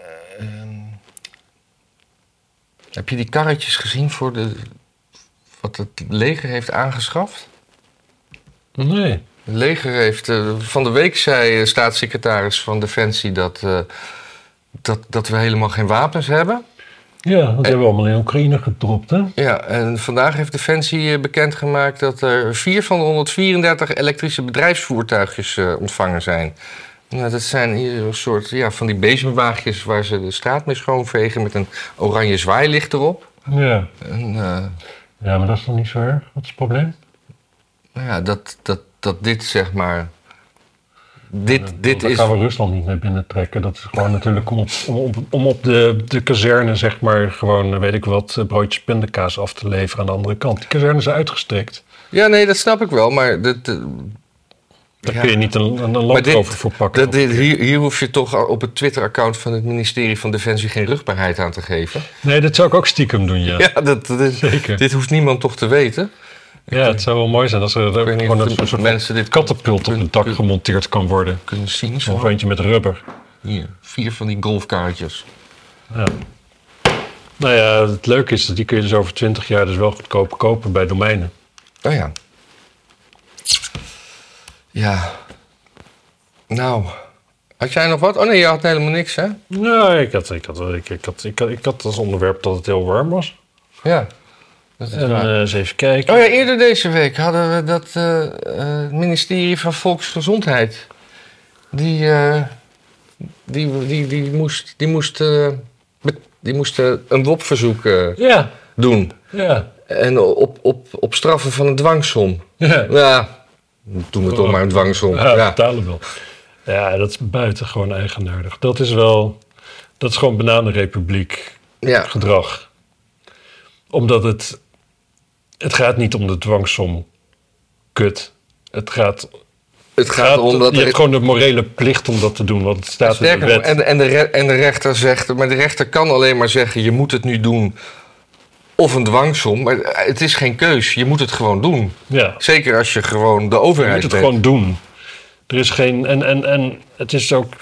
heb je die karretjes gezien voor de... wat het leger heeft aangeschaft? Nee. Het leger heeft... eh, van de week zei eh, staatssecretaris van Defensie dat, eh, dat, dat we helemaal geen wapens hebben. Ja, dat hebben we allemaal in Oekraïne gedropt, hè? Ja, en vandaag heeft Defensie eh, bekendgemaakt dat er vier van de honderdvierendertig elektrische bedrijfsvoertuigjes eh, ontvangen zijn. Nou, dat zijn hier een soort ja, van die bezemwaagjes waar ze de straat mee schoonvegen met een oranje zwaailicht erop. Ja. En, uh, Ja, maar dat is toch niet zo erg? Wat is het probleem? nou ja, dat, dat, dat dit zeg maar... Dit, Ja, dit daar is... gaan we Rusland niet mee binnentrekken. Dat is gewoon natuurlijk om op, om op, om op de, de kazerne, zeg maar, gewoon, weet ik wat, broodjes pindakaas af te leveren aan de andere kant. Die kazerne is uitgestrekt. Ja, nee, dat snap ik wel, maar... Dat, uh, Daar ja. kun je niet een, een Maar land dit- over voor pakken. dat, dit, hier, hier hoef je toch op het Twitter-account van het ministerie van Defensie geen rugbaarheid aan te geven. Nee, dat zou ik ook stiekem doen, ja. Ja, dat, dat is, Zeker. dit hoeft niemand toch te weten. Ja, het zou wel mooi zijn als er Ik weet niet gewoon of een de soort mensen dit katapult op kunnen- het dak kunnen- gemonteerd kan worden. kunnen zien. Zo'n Zo. eentje met rubber. Hier, vier van die golfkaartjes. Ja. Nou ja, het leuke is dat die kun je dus over twintig jaar dus wel goedkoop kopen bij domeinen. Oh ja. Ja. Nou, had jij nog wat? Oh nee, je had helemaal niks, hè? Nou, ik had, ik had, ik, ik had, ik had, ik had als onderwerp dat het heel warm was. Ja. Dat is En waar. uh, eens even kijken. Oh ja, eerder deze week hadden we dat uh, uh, ministerie van Volksgezondheid. Die, uh, die, die, die moest, die moest, uh, die moest uh, een W O P-verzoek uh, ja. doen. Ja. En op, op, op straffen van een dwangsom. Ja. Ja, doen we toch oh. maar een dwangsom. Ja, ja. betalen wel. Ja, dat is buitengewoon eigenaardig. Dat is wel, dat is gewoon bananenrepubliek ja. gedrag. Omdat het, het gaat niet om de dwangsom kut. Het gaat... Het gaat erom dat je hebt gewoon de morele plicht om dat te doen, want het staat in de wet. En, en, de re, en de rechter zegt, maar de rechter kan alleen maar zeggen, je moet het nu doen. Of een dwangsom, maar het is geen keus. Je moet het gewoon doen. Ja. Zeker als je gewoon de overheid bent. Je moet het bent. gewoon doen. Er is geen... En, en, en het is ook...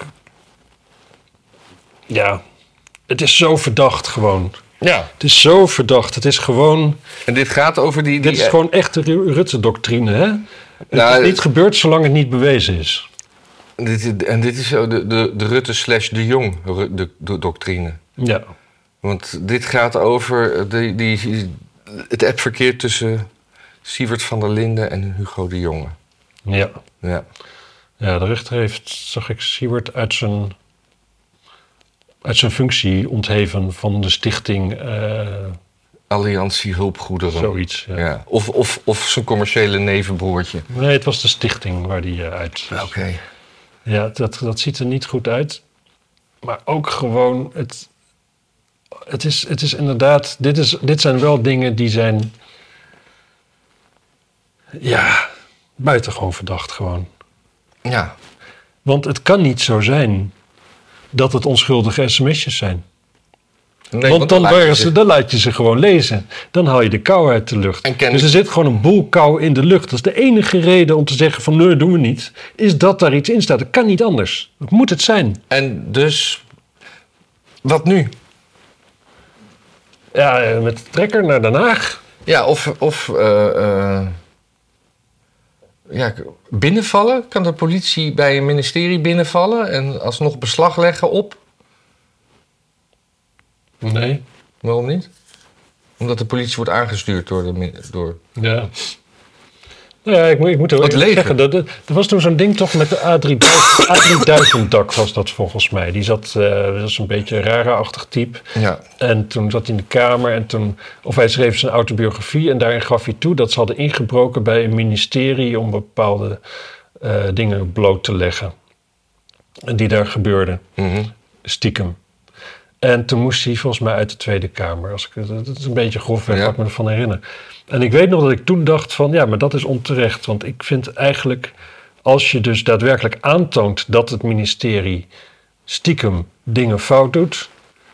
Ja, het is zo verdacht gewoon. Ja. Het is zo verdacht. Het is gewoon... En dit gaat over die... die dit is gewoon echt de Rutte-doctrine, hè? Nou, het is niet gebeurd zolang het niet bewezen is. Dit, en dit is de, de, de Rutte slash de Jong de, de doctrine. Ja. Want dit gaat over die, die, het appverkeer tussen Siewert van der Linden en Hugo de Jonge. Ja. Ja. Ja, de rechter heeft, zag ik, Siewert uit zijn, uit zijn functie ontheven van de stichting... Uh, Alliantie Hulpgoederen. Zoiets, ja. ja. Of, of, of zijn commerciële nevenbroertje. Nee, het was de stichting waar die uh, uit... Oké. Okay. Ja, dat, dat ziet er niet goed uit. Maar ook gewoon... Het, het, is, het is inderdaad... Dit, is, dit zijn wel dingen die zijn... Ja, buitengewoon verdacht gewoon. Ja. Want het kan niet zo zijn dat het onschuldige sms'jes zijn. Nee, want, want dan, dan, laat ze, dan laat je ze gewoon lezen. Dan haal je de kou uit de lucht. Ken... Dus er zit gewoon een boel kou in de lucht. Dat is de enige reden om te zeggen van nee, doen we niet. Is dat daar iets in staat. Dat kan niet anders. Dat moet het zijn. En dus, wat nu? Ja, met de trekker naar Den Haag. Ja, of... of uh, uh, ja, binnenvallen. Kan de politie bij een ministerie binnenvallen en alsnog beslag leggen op? Nee. Waarom niet? Omdat de politie wordt aangestuurd door de... Door... Ja. Nou ja, ik moet, ik moet er Wat leger. zeggen. Dat, dat, er was toen zo'n ding toch met de A drieduizend dak was dat volgens mij. Die zat, uh, dat was een beetje een rara-achtig type. Ja. En toen zat hij in de kamer en toen... Of hij schreef zijn autobiografie en daarin gaf hij toe dat ze hadden ingebroken bij een ministerie om bepaalde uh, dingen bloot te leggen. En die daar gebeurden. Mm-hmm. Stiekem. En toen moest hij volgens mij uit de Tweede Kamer. Als ik, dat is een beetje grofweg, ja. Wat ik me ervan herinner. En ik weet nog dat ik toen dacht van... ja, maar dat is onterecht. Want ik vind eigenlijk... als je dus daadwerkelijk aantoont... dat het ministerie stiekem dingen fout doet...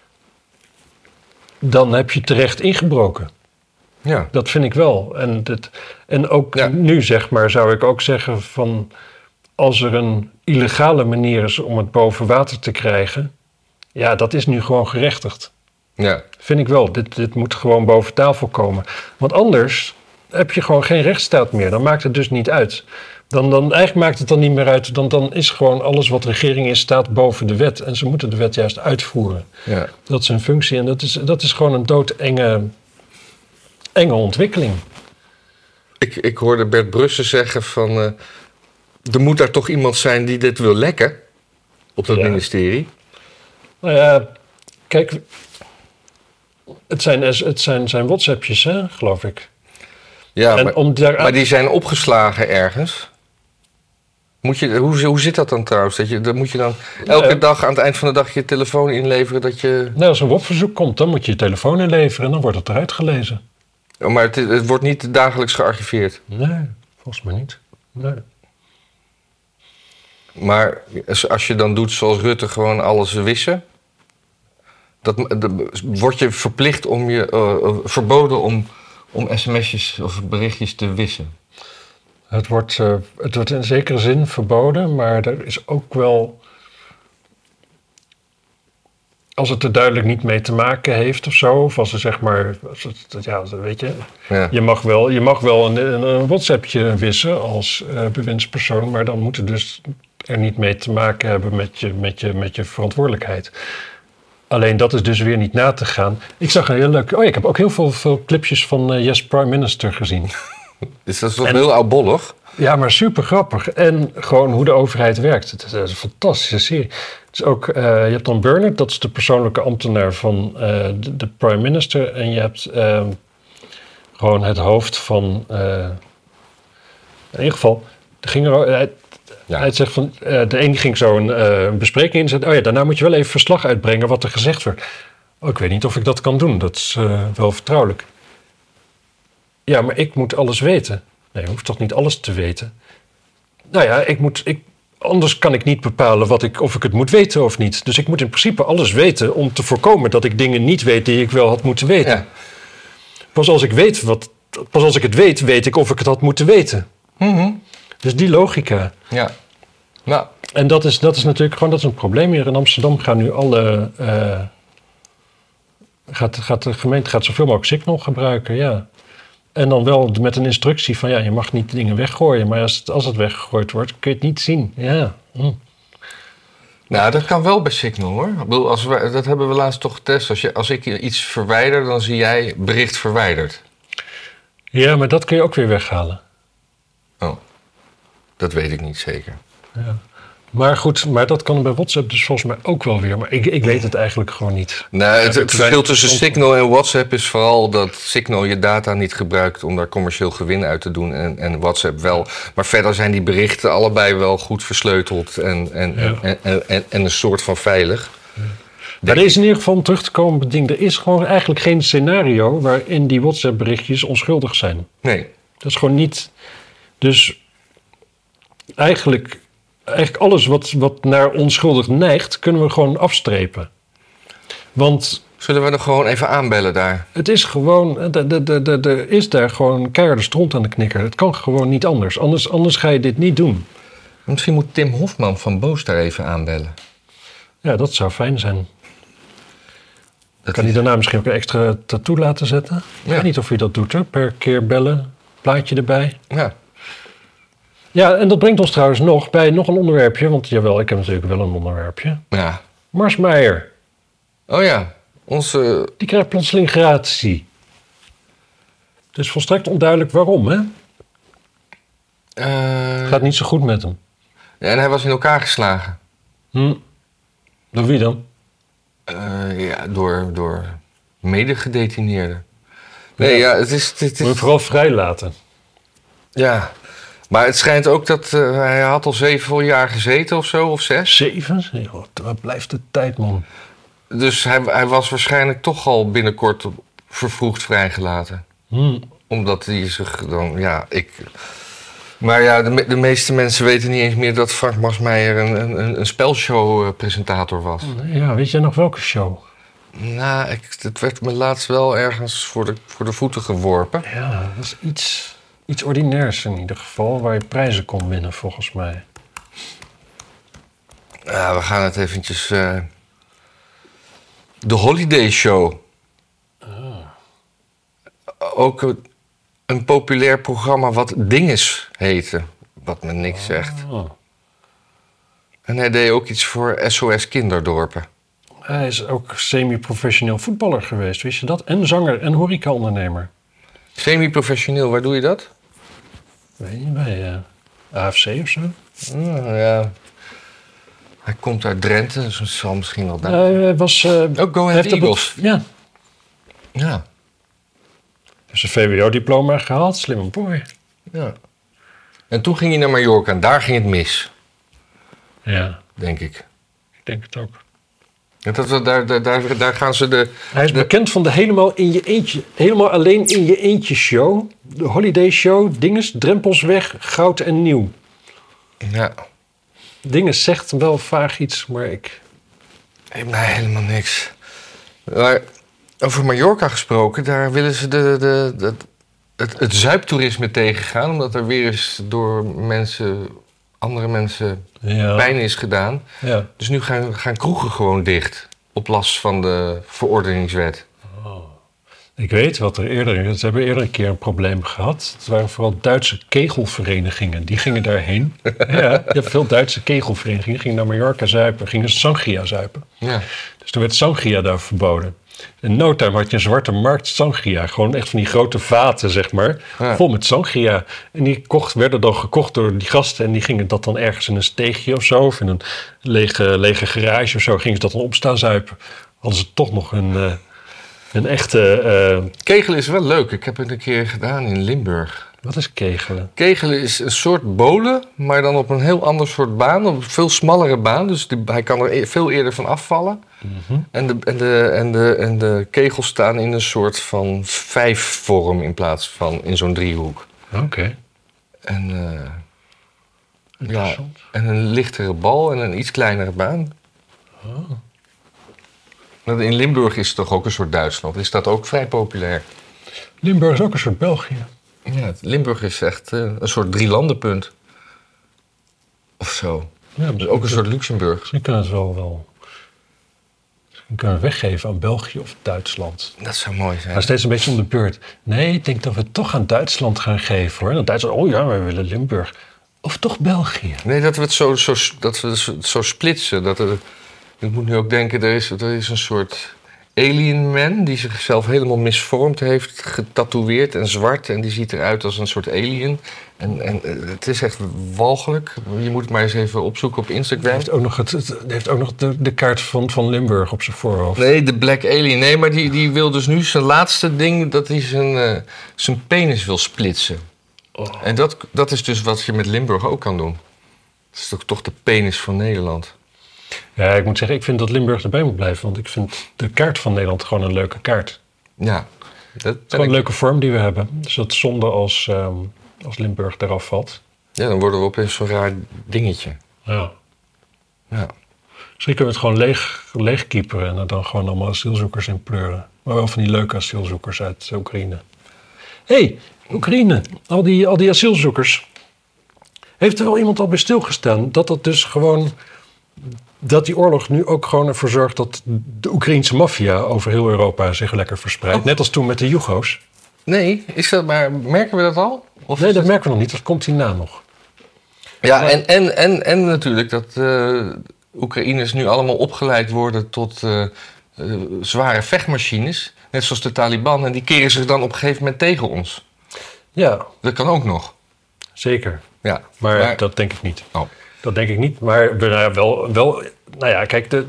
dan heb je terecht ingebroken. Ja. Dat vind ik wel. En, dit, en ook ja. nu, zeg maar, zou ik ook zeggen van... als er een illegale manier is om het boven water te krijgen... ja, dat is nu gewoon gerechtigd. Ja. Vind ik wel. Dit, dit moet gewoon boven tafel komen. Want anders heb je gewoon geen rechtsstaat meer. Dan maakt het dus niet uit. Dan, dan, eigenlijk maakt het dan niet meer uit. Dan, dan is gewoon alles wat regering is, staat boven de wet. En ze moeten de wet juist uitvoeren. Ja. Dat is hun functie. En dat is, dat is gewoon een doodenge enge ontwikkeling. Ik, ik hoorde Bert Brussen zeggen van... Uh, er moet daar toch iemand zijn die dit wil lekken. Op dat ja. ministerie. Nou ja, kijk... Het zijn, het zijn, zijn WhatsAppjes, hè, geloof ik. Ja, en maar, om daar... maar die zijn opgeslagen ergens. Moet je, hoe, hoe zit dat dan trouwens? Dat je, dan moet je dan elke ja. dag aan het eind van de dag je telefoon inleveren dat je... Nou, als een W O P-verzoek komt, dan moet je je telefoon inleveren en dan wordt het eruit gelezen. Oh, maar het, het wordt niet dagelijks gearchiveerd? Nee, volgens mij niet. Nee. Maar als je dan doet zoals Rutte, gewoon alles wissen... Dat, de, word je verplicht om je... Uh, uh, verboden om, om sms'jes of berichtjes te wissen? Het wordt, uh, het wordt in zekere zin verboden, maar er is ook wel... als het er duidelijk niet mee te maken heeft of zo. Of als er zeg maar, als het, ja, weet je. Ja. Je mag wel, je mag wel een, een, een WhatsAppje wissen als uh, bewindspersoon. Maar dan moet het dus er niet mee te maken hebben met je, met je, met je verantwoordelijkheid. Alleen dat is dus weer niet na te gaan. Ik zag een heel leuk... Oh ja, ik heb ook heel veel, veel clipjes van uh, Yes Prime Minister gezien. Dus dat is toch En, heel oudbollig? Ja, maar super grappig. En gewoon hoe de overheid werkt. Het is een fantastische serie. Het is ook, uh, je hebt dan Bernard, dat is de persoonlijke ambtenaar van uh, de, de prime minister. En je hebt uh, gewoon het hoofd van... Uh, in ieder geval, er ging er, hij, ja. hij zegt van... Uh, de een ging zo een uh, bespreking inzetten. Oh ja, daarna moet je wel even verslag uitbrengen wat er gezegd wordt. Oh, ik weet niet of ik dat kan doen. Dat is uh, wel vertrouwelijk. Ja, maar ik moet alles weten. Nee, je hoeft toch niet alles te weten? Nou ja, ik moet, ik, anders kan ik niet bepalen wat ik, of ik het moet weten of niet. Dus ik moet in principe alles weten om te voorkomen dat ik dingen niet weet die ik wel had moeten weten. Ja. Pas als ik weet wat, pas als ik het weet, weet ik of ik het had moeten weten. Mm-hmm. Dus die logica. Ja. Nou. En dat is, dat is natuurlijk gewoon dat is een probleem hier in Amsterdam. Gaan nu alle, uh, gaat, gaat de gemeente gaat zoveel mogelijk Signal gebruiken, ja. En dan wel met een instructie van, ja, je mag niet dingen weggooien. Maar als het, als het weggegooid wordt, kun je het niet zien. Ja. Hm. Nou, dat kan wel bij Signal, hoor. Ik bedoel, als we, dat hebben we laatst toch getest. Als, je, als ik iets verwijder, dan zie jij bericht verwijderd. Ja, maar dat kun je ook weer weghalen. Oh, dat weet ik niet zeker. Ja. Maar goed, maar dat kan bij WhatsApp dus volgens mij ook wel weer. Maar ik, ik weet het eigenlijk gewoon niet. Nou, het, het verschil tussen Signal en WhatsApp is vooral dat Signal je data niet gebruikt om daar commercieel gewin uit te doen en, en WhatsApp wel. Maar verder zijn die berichten allebei wel goed versleuteld en, en, ja. en, en, en, en een soort van veilig. Ja. Maar er is in ieder geval om terug te komen op het ding. Er is gewoon eigenlijk geen scenario waarin die WhatsApp berichtjes onschuldig zijn. Nee. Dat is gewoon niet. Dus eigenlijk... Eigenlijk alles wat, wat naar onschuldig neigt, kunnen we gewoon afstrepen. Want... Zullen we er gewoon even aanbellen daar? Het is gewoon... Er is daar gewoon keiharde stront aan de knikker. Het kan gewoon niet anders. anders. Anders ga je dit niet doen. Misschien moet Tim Hofman van Boos daar even aanbellen. Ja, dat zou fijn zijn. Dat kan is... hij daarna misschien ook een extra tattoo laten zetten? Ik ja. weet niet of hij dat doet, hè? Per keer bellen, plaatje erbij. Ja. Ja, en dat brengt ons trouwens nog bij nog een onderwerpje. Want jawel, ik heb natuurlijk wel een onderwerpje. Ja. Mars Meijer. Oh ja, onze... Die krijgt plotseling gratie. Het is volstrekt onduidelijk waarom, hè? Uh... Het gaat niet zo goed met hem. Ja, en hij was in elkaar geslagen. Hm. Door wie dan? Uh, ja, door, door medegedetineerden. Nee, ja, ja het is... Het is... Moet je vooral vrijlaten. Ja... Maar het schijnt ook dat uh, hij had al zeven jaar gezeten of zo, of zes. Zeven? Wat blijft de tijd, man. Dus hij, hij was waarschijnlijk toch al binnenkort vervroegd vrijgelaten. Hmm. Omdat hij zich dan, ja, ik... Maar ja, de, de meeste mensen weten niet eens meer dat Frank Marsmeijer een, een, een spelshow-presentator was. Ja, weet je nog welke show? Nou, ik, het werd me laatst wel ergens voor de, voor de voeten geworpen. Ja, dat was iets... Iets ordinairs in ieder geval, waar je prijzen kon winnen, volgens mij. Ja, we gaan het eventjes... Uh... De Holiday Show. Ah. Ook een, een populair programma wat Dinges heette. Wat me niks ah. zegt. En hij deed ook iets voor S O S Kinderdorpen. Hij is ook semi-professioneel voetballer geweest, wist je dat? En zanger en horecaondernemer. Semi-professioneel, waar doe je dat? Weet je niet, bij uh, A F C of zo? Oh, ja. Hij komt uit Drenthe, dus het zal misschien wel daar. Uh, hij was... Uh, ook Go Ahead Eagles. Ja. Ja. Hij heeft zijn V W O-diploma gehaald, slimme boy. Ja. En toen ging hij naar Mallorca en daar ging het mis. Ja. Denk ik. Ik denk het ook. Ja, dat, daar, daar, daar, daar gaan ze de... Hij is de... bekend van de helemaal in je eentje, helemaal alleen in je eentje show. De Holiday Show, Dinges, Drempels weg, Goud en Nieuw. Ja. Dinges zegt wel vaag iets, maar ik... Nee, nee, helemaal niks. Maar over Mallorca gesproken, daar willen ze de, de, de, het, het zuiptoerisme tegengaan. Omdat er weer eens door mensen, andere mensen ja. pijn is gedaan. Ja. Dus nu gaan, gaan kroegen gewoon dicht. op last van de verordeningswet. Ik weet wat er eerder... Ze hebben eerder een keer een probleem gehad. Het waren vooral Duitse kegelverenigingen. Die gingen daarheen. Ja, je hebt veel Duitse kegelverenigingen. Gingen naar Mallorca zuipen. Gingen sangria zuipen. Ja. Dus toen werd sangria daar verboden. In no time had je een zwarte markt sangria. Gewoon echt van die grote vaten, zeg maar. Ja. Vol met sangria. En die kocht, werden dan gekocht door die gasten. En die gingen dat dan ergens in een steegje of zo. Of in een lege, lege garage of zo. Gingen ze dat dan opstaan zuipen. Hadden ze toch nog een... Uh, Een echte... Uh... Kegelen is wel leuk. Ik heb het een keer gedaan in Limburg. Wat is kegelen? Kegelen is een soort bolen, maar dan op een heel ander soort baan. Op een veel smallere baan, dus die, hij kan er e- veel eerder van afvallen. Mm-hmm. En, de, en, de, en, de, en de kegels staan in een soort van vijfvorm in plaats van in zo'n driehoek. Oké. Okay. En, uh, ja, en een lichtere bal en een iets kleinere baan. Oh. In Limburg is het toch ook een soort Duitsland? Is dat ook vrij populair? Limburg is ook een soort België. Ja, Limburg is echt uh, een soort drielandenpunt. Of zo. Ja, dus ook een soort Luxemburg. Misschien kunnen we het wel, wel misschien kunnen we het weggeven aan België of Duitsland. Dat zou mooi zijn. Maar steeds een beetje om de beurt. Nee, ik denk dat we het toch aan Duitsland gaan geven, hoor. Dat Duitsland, oh ja, wij willen Limburg. Of toch België? Nee, dat we het zo, zo, dat we het zo splitsen. Dat er, ik moet nu ook denken, er is, er is een soort alien man die zichzelf helemaal misvormd heeft, getatoeëerd en zwart. En die ziet eruit als een soort alien. En, en het is echt walgelijk. Je moet het maar eens even opzoeken op Instagram. Hij heeft ook nog, het, het heeft ook nog de, de kaart van, van Limburg op zijn voorhoofd. Nee, de Black Alien. Nee, maar die, die wil dus nu zijn laatste ding, dat hij zijn, uh, zijn penis wil splitsen. Oh. En dat, dat is dus wat je met Limburg ook kan doen. Dat is toch, toch de penis van Nederland. Ja, ik moet zeggen, ik vind dat Limburg erbij moet blijven. Want ik vind de kaart van Nederland gewoon een leuke kaart. Ja. Dat het is gewoon een leuke vorm die we hebben. Dus dat is zonde als, um, als Limburg eraf valt. Ja, dan worden we opeens zo'n raar dingetje. Ja. Ja. Misschien kunnen we het gewoon leeg, leegkieperen en er dan gewoon allemaal asielzoekers in pleuren. Maar wel van die leuke asielzoekers uit Oekraïne. Hé, hey, Oekraïne, al die, al die asielzoekers. Heeft er wel iemand al bij stilgestaan dat dat dus gewoon... dat die oorlog nu ook gewoon ervoor zorgt dat de Oekraïense maffia over heel Europa zich lekker verspreidt. Oh. Net als toen met de Jugo's. Nee, is dat maar, merken we dat al? Of nee, dat het... merken we nog niet. Dat komt hierna nog. Ja, maar... en, en, en, en natuurlijk dat uh, Oekraïners nu allemaal opgeleid worden tot uh, uh, zware vechtmachines. Net zoals de Taliban. En die keren zich dan op een gegeven moment tegen ons. Ja. Dat kan ook nog. Zeker. Ja. Maar, maar... dat denk ik niet. Oh. Dat denk ik niet, maar wel, wel nou ja, kijk, de,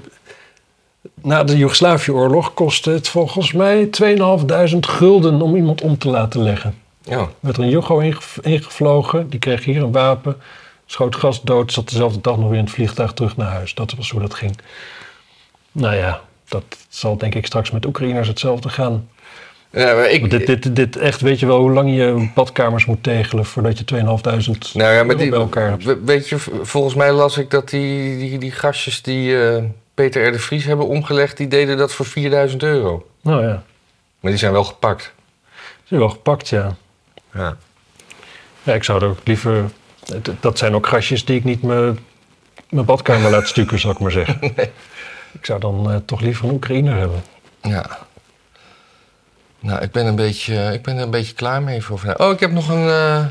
na de Joegoslavië-oorlog kostte het volgens mij tweeduizend gulden om iemand om te laten leggen. Ja. Er werd er een Jugo ingevlogen, die kreeg hier een wapen, schoot gast dood, zat dezelfde dag nog weer in het vliegtuig terug naar huis. Dat was hoe dat ging. Nou ja, dat zal denk ik straks met Oekraïners hetzelfde gaan. Ja, maar ik, dit, dit, dit echt, weet je wel hoe lang je badkamers moet tegelen voordat je tweeduizend nou ja, maar die, bij elkaar hebt? Weet je, volgens mij las ik dat die, die, die gastjes die uh, Peter R. de Vries hebben omgelegd, die deden dat voor vierduizend euro. Nou ja. Maar die zijn wel gepakt. Die zijn wel gepakt, ja. Ja. Ja, ik zou er ook liever... Dat zijn ook gastjes die ik niet mijn badkamer laat stukken, zal ik maar zeggen. Nee. Ik zou dan uh, toch liever een Oekraïner hebben. Ja. Nou, ik ben, een beetje, ik ben er een beetje klaar mee voor. Oh, ik heb nog een, uh,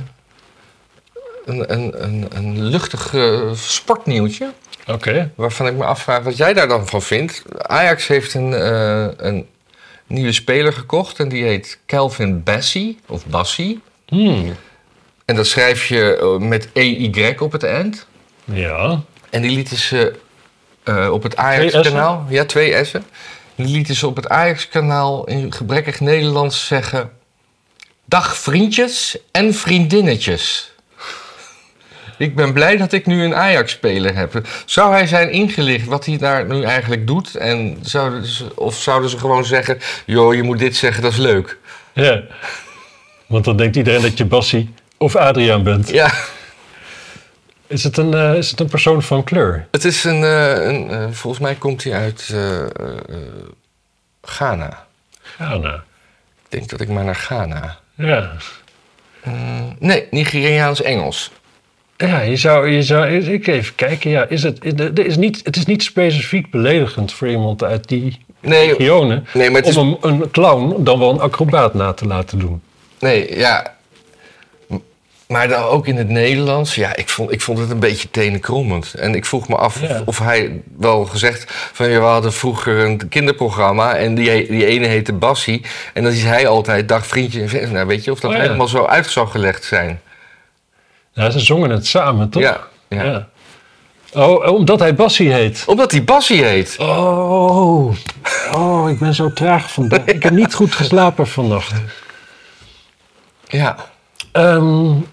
een, een, een, een luchtig uh, sportnieuwtje. Oké. Okay. Waarvan ik me afvraag wat jij daar dan van vindt. Ajax heeft een, uh, een nieuwe speler gekocht en die heet Calvin Bassey, of Bassey. Hmm. En dat schrijf je met E Y op het eind. Ja. En die lieten ze uh, op het Ajax-kanaal... Ja, twee S'en. Die lieten ze op het Ajax-kanaal in gebrekkig Nederlands zeggen... Dag vriendjes en vriendinnetjes. Ik ben blij dat ik nu een Ajax-speler heb. Zou hij zijn ingelicht wat hij daar nu eigenlijk doet? En zouden ze, of zouden ze gewoon zeggen... joh, je moet dit zeggen, dat is leuk. Ja, want dan denkt iedereen dat je Bassie of Adriaan bent. Ja. Is het een, uh, is het een persoon van kleur? Het is een... Uh, een uh, volgens mij komt hij uit uh, uh, Ghana. Ghana. Ik denk dat ik maar naar Ghana... Ja. Uh, nee, Nigeriaans-Engels. Ja, je zou, je zou ik even kijken. Ja, is het, er is niet, het is niet specifiek beledigend voor iemand uit die Nee, regionen... nee, maar het is... om een, een clown dan wel een acrobaat na te laten doen. Nee, ja. Maar dan ook in het Nederlands, ja, ik vond, ik vond het een beetje tenenkrommend. En ik vroeg me af Ja. of, of hij wel gezegd van... Ja, we hadden vroeger een kinderprogramma en die, die ene heette Bassie. En dan is hij altijd dag vriendje en vriendje. Nou, weet je, of dat Oh, ja. helemaal zo uit zou gelegd zijn. Ja, ze zongen het samen, toch? Ja, ja. Ja. Oh, omdat hij Bassie heet. Omdat hij Bassie heet. Oh, oh, ik ben zo traag vandaag. Ik heb niet goed geslapen vannacht. Ja. Um,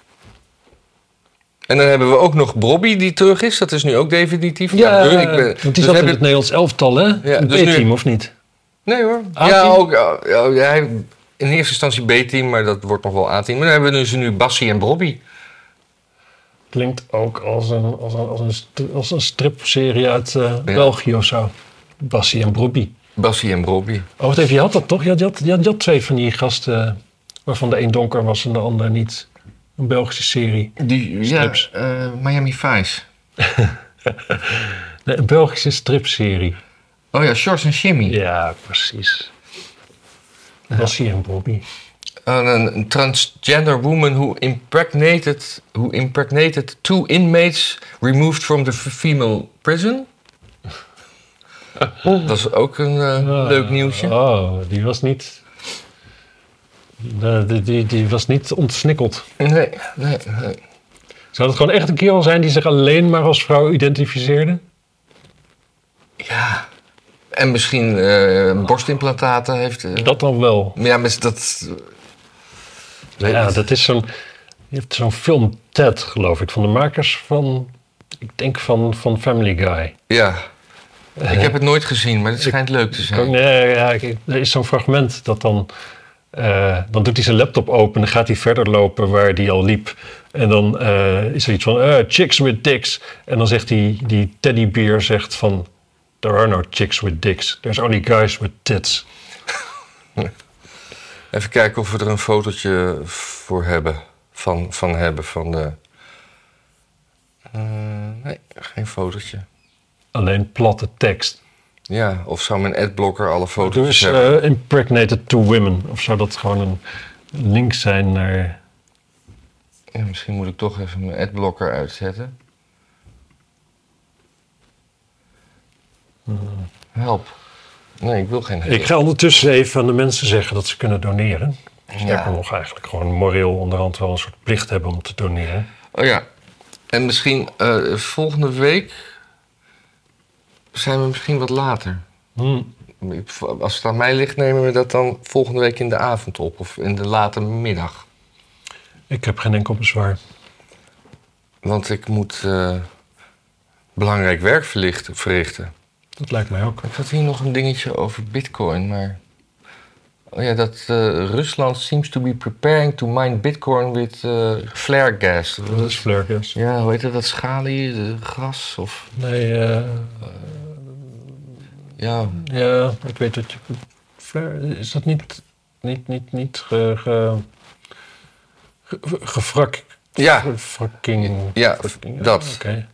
En dan hebben we ook nog Bobby die terug is. Dat is nu ook definitief. ja, ik ben, want die dus zat in hebben- het Nederlands elftal, hè? Ja, Een dus nu- B-team, of niet? Nee hoor. A-team? Ja, ook, ja, ja, hij, in eerste instantie B-team, maar dat wordt nog wel A-team. Maar dan hebben we dus nu Bassie en Bobby. Klinkt ook als een, als een, als een, st- als een stripserie uit uh, België of zo. Bassie en Bobby. Bassie en Bobby. Oh, wacht even, je had dat toch? Je had, je had, je had, je had twee van die gasten, waarvan de een donker was en de ander niet. Een Belgische serie. Die, Strips. ja, uh, Miami Vice. Nee, een Belgische stripserie. Oh ja, Shorts en Shimmy. Ja, precies. Bassie en Bobby. Uh, een, een transgender woman who impregnated, who impregnated two inmates removed from the female prison. Dat is ook een uh, Ah, leuk nieuwtje. Oh, die was niet... Die, die, die, die was niet ontsnikkeld. Nee, nee, nee. Zou het gewoon echt een kerel zijn die zich alleen maar als vrouw identificeerde? Ja. En misschien uh, borstimplantaten heeft. Uh, Dat dan wel. Ja, maar dat... Uh, Ja, dat is zo'n... Je hebt zo'n film Ted, geloof ik, van de makers van... Ik denk van, van Family Guy. Ja. Ik heb het nooit gezien, maar het schijnt leuk te zijn. Nee, ja, er is zo'n fragment dat dan... Uh, dan doet hij zijn laptop open en dan gaat hij verder lopen waar hij al liep. En dan uh, is er iets van, uh, chicks with dicks. En dan zegt die, die teddybeer zegt van... There are no chicks with dicks. There's only guys with tits. Even kijken of we er een fotootje voor hebben. Van, van hebben, van de... Uh, nee, geen fotootje. Alleen platte tekst. Ja, of zou mijn adblocker alle foto's Dus hebben? uh, impregnated two women. Of zou dat gewoon een link zijn naar... Ja, misschien moet ik toch even mijn adblocker uitzetten. Hmm. Help. Nee, ik wil geen help. Ik ga ondertussen even aan de mensen zeggen dat ze kunnen doneren. Sterker Ja. nog eigenlijk gewoon moreel onderhand wel een soort plicht hebben om te doneren. Oh ja. En misschien uh, volgende week zijn we misschien wat later. Hmm. Als het aan mij ligt, nemen we dat dan volgende week in de avond op. Of in de late middag. Ik heb geen enkel bezwaar. Want ik moet uh, belangrijk werk verlichten, verrichten. Dat lijkt mij ook. Ik had hier nog een dingetje over bitcoin, maar... Oh ja, dat uh, Rusland seems to be preparing to mine bitcoin with uh, flare gas. Dat is flare gas. Ja, hoe heet dat? Dat schalie, de gas of... Nee, uh, uh, ja. Ja, ik weet dat je... Flare, is dat niet... Niet, niet, niet ge... ge, ge gefrak... Ja. Fracking... Ja, fracking, dat. Oké. Okay.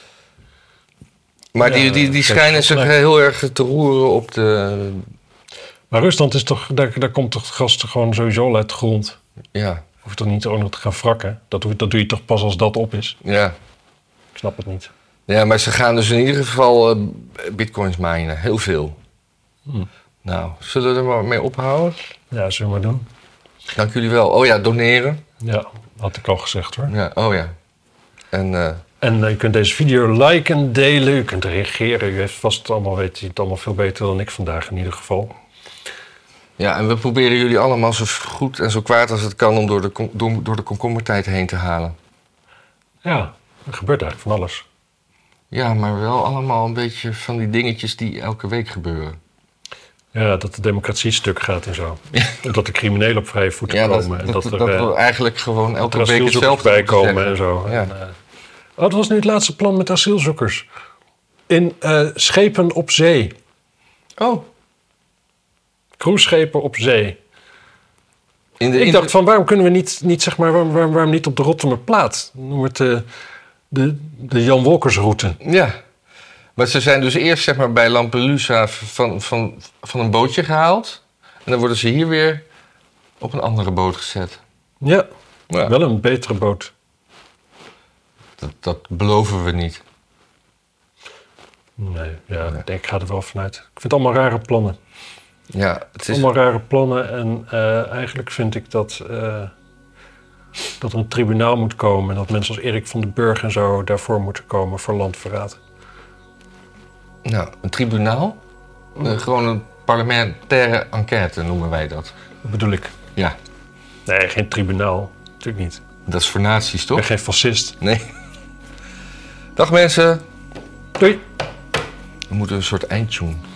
Maar Ja, die, die, die dat schijnen is zich gelijk. heel erg te roeren op de... Maar Rusland is toch... Daar, daar komt toch gas toch gewoon sowieso al uit de grond? Ja, Hoeft toch niet ook nog te gaan wrakken? Dat, doe- dat doe je toch pas als dat op is? ja. Ik snap het niet. Ja, maar ze gaan dus in ieder geval uh, bitcoins minen. Heel veel. Hm. Nou, zullen we er maar mee ophouden? Ja, zullen we maar doen. Dank jullie wel. Oh ja, doneren. Ja, had ik al gezegd hoor. Ja, oh ja. En uh, En uh, je kunt deze video liken, delen, u kunt reageren. U heeft vast allemaal, weet je het allemaal veel beter dan ik vandaag in ieder geval. ja, en we proberen jullie allemaal zo goed en zo kwaad als het kan om door de, kom- door, door de komkommertijd heen te halen. Ja, er gebeurt eigenlijk van alles. Ja, maar wel allemaal een beetje van die dingetjes die elke week gebeuren. Ja, dat de democratie stuk gaat en zo. Dat de criminelen op vrije voeten Ja, dat, komen. En dat, dat, dat, er, eh, we eigenlijk gewoon dat elke er week asielzoekers hetzelfde bij moeten komen zeggen. en zo. Ja. En, uh, oh, het was nu het laatste plan met asielzoekers. In uh, schepen op zee. Oh, Cruiseschepen op zee. In de, Ik in dacht de- van, waarom kunnen we niet, niet zeg maar, waarom, waarom, waarom niet op de Rottumerplaat? Noem het de, de, de Jan Wolkersroute. Ja. Maar ze zijn dus eerst zeg maar, bij Lampedusa van, van, van een bootje gehaald. En dan worden ze hier weer op een andere boot gezet. Ja, Ja. wel een betere boot. Dat, dat beloven we niet. Nee, ja, ik denk, ik ga er wel vanuit. Ik vind het allemaal rare plannen. Ja, het is... Allemaal rare plannen. En eh, eigenlijk vind ik dat, eh, dat er een tribunaal moet komen. En dat mensen als Erik van den Burg en zo daarvoor moeten komen voor landverraad. Nou, een tribunaal? Eh, gewoon een parlementaire enquête noemen wij dat. Dat bedoel ik. Ja, Nee, geen tribunaal. Natuurlijk niet. dat is voor nazi's, Ik toch? ben geen fascist. Nee. Dag mensen. Doei! We moeten een soort eindtune.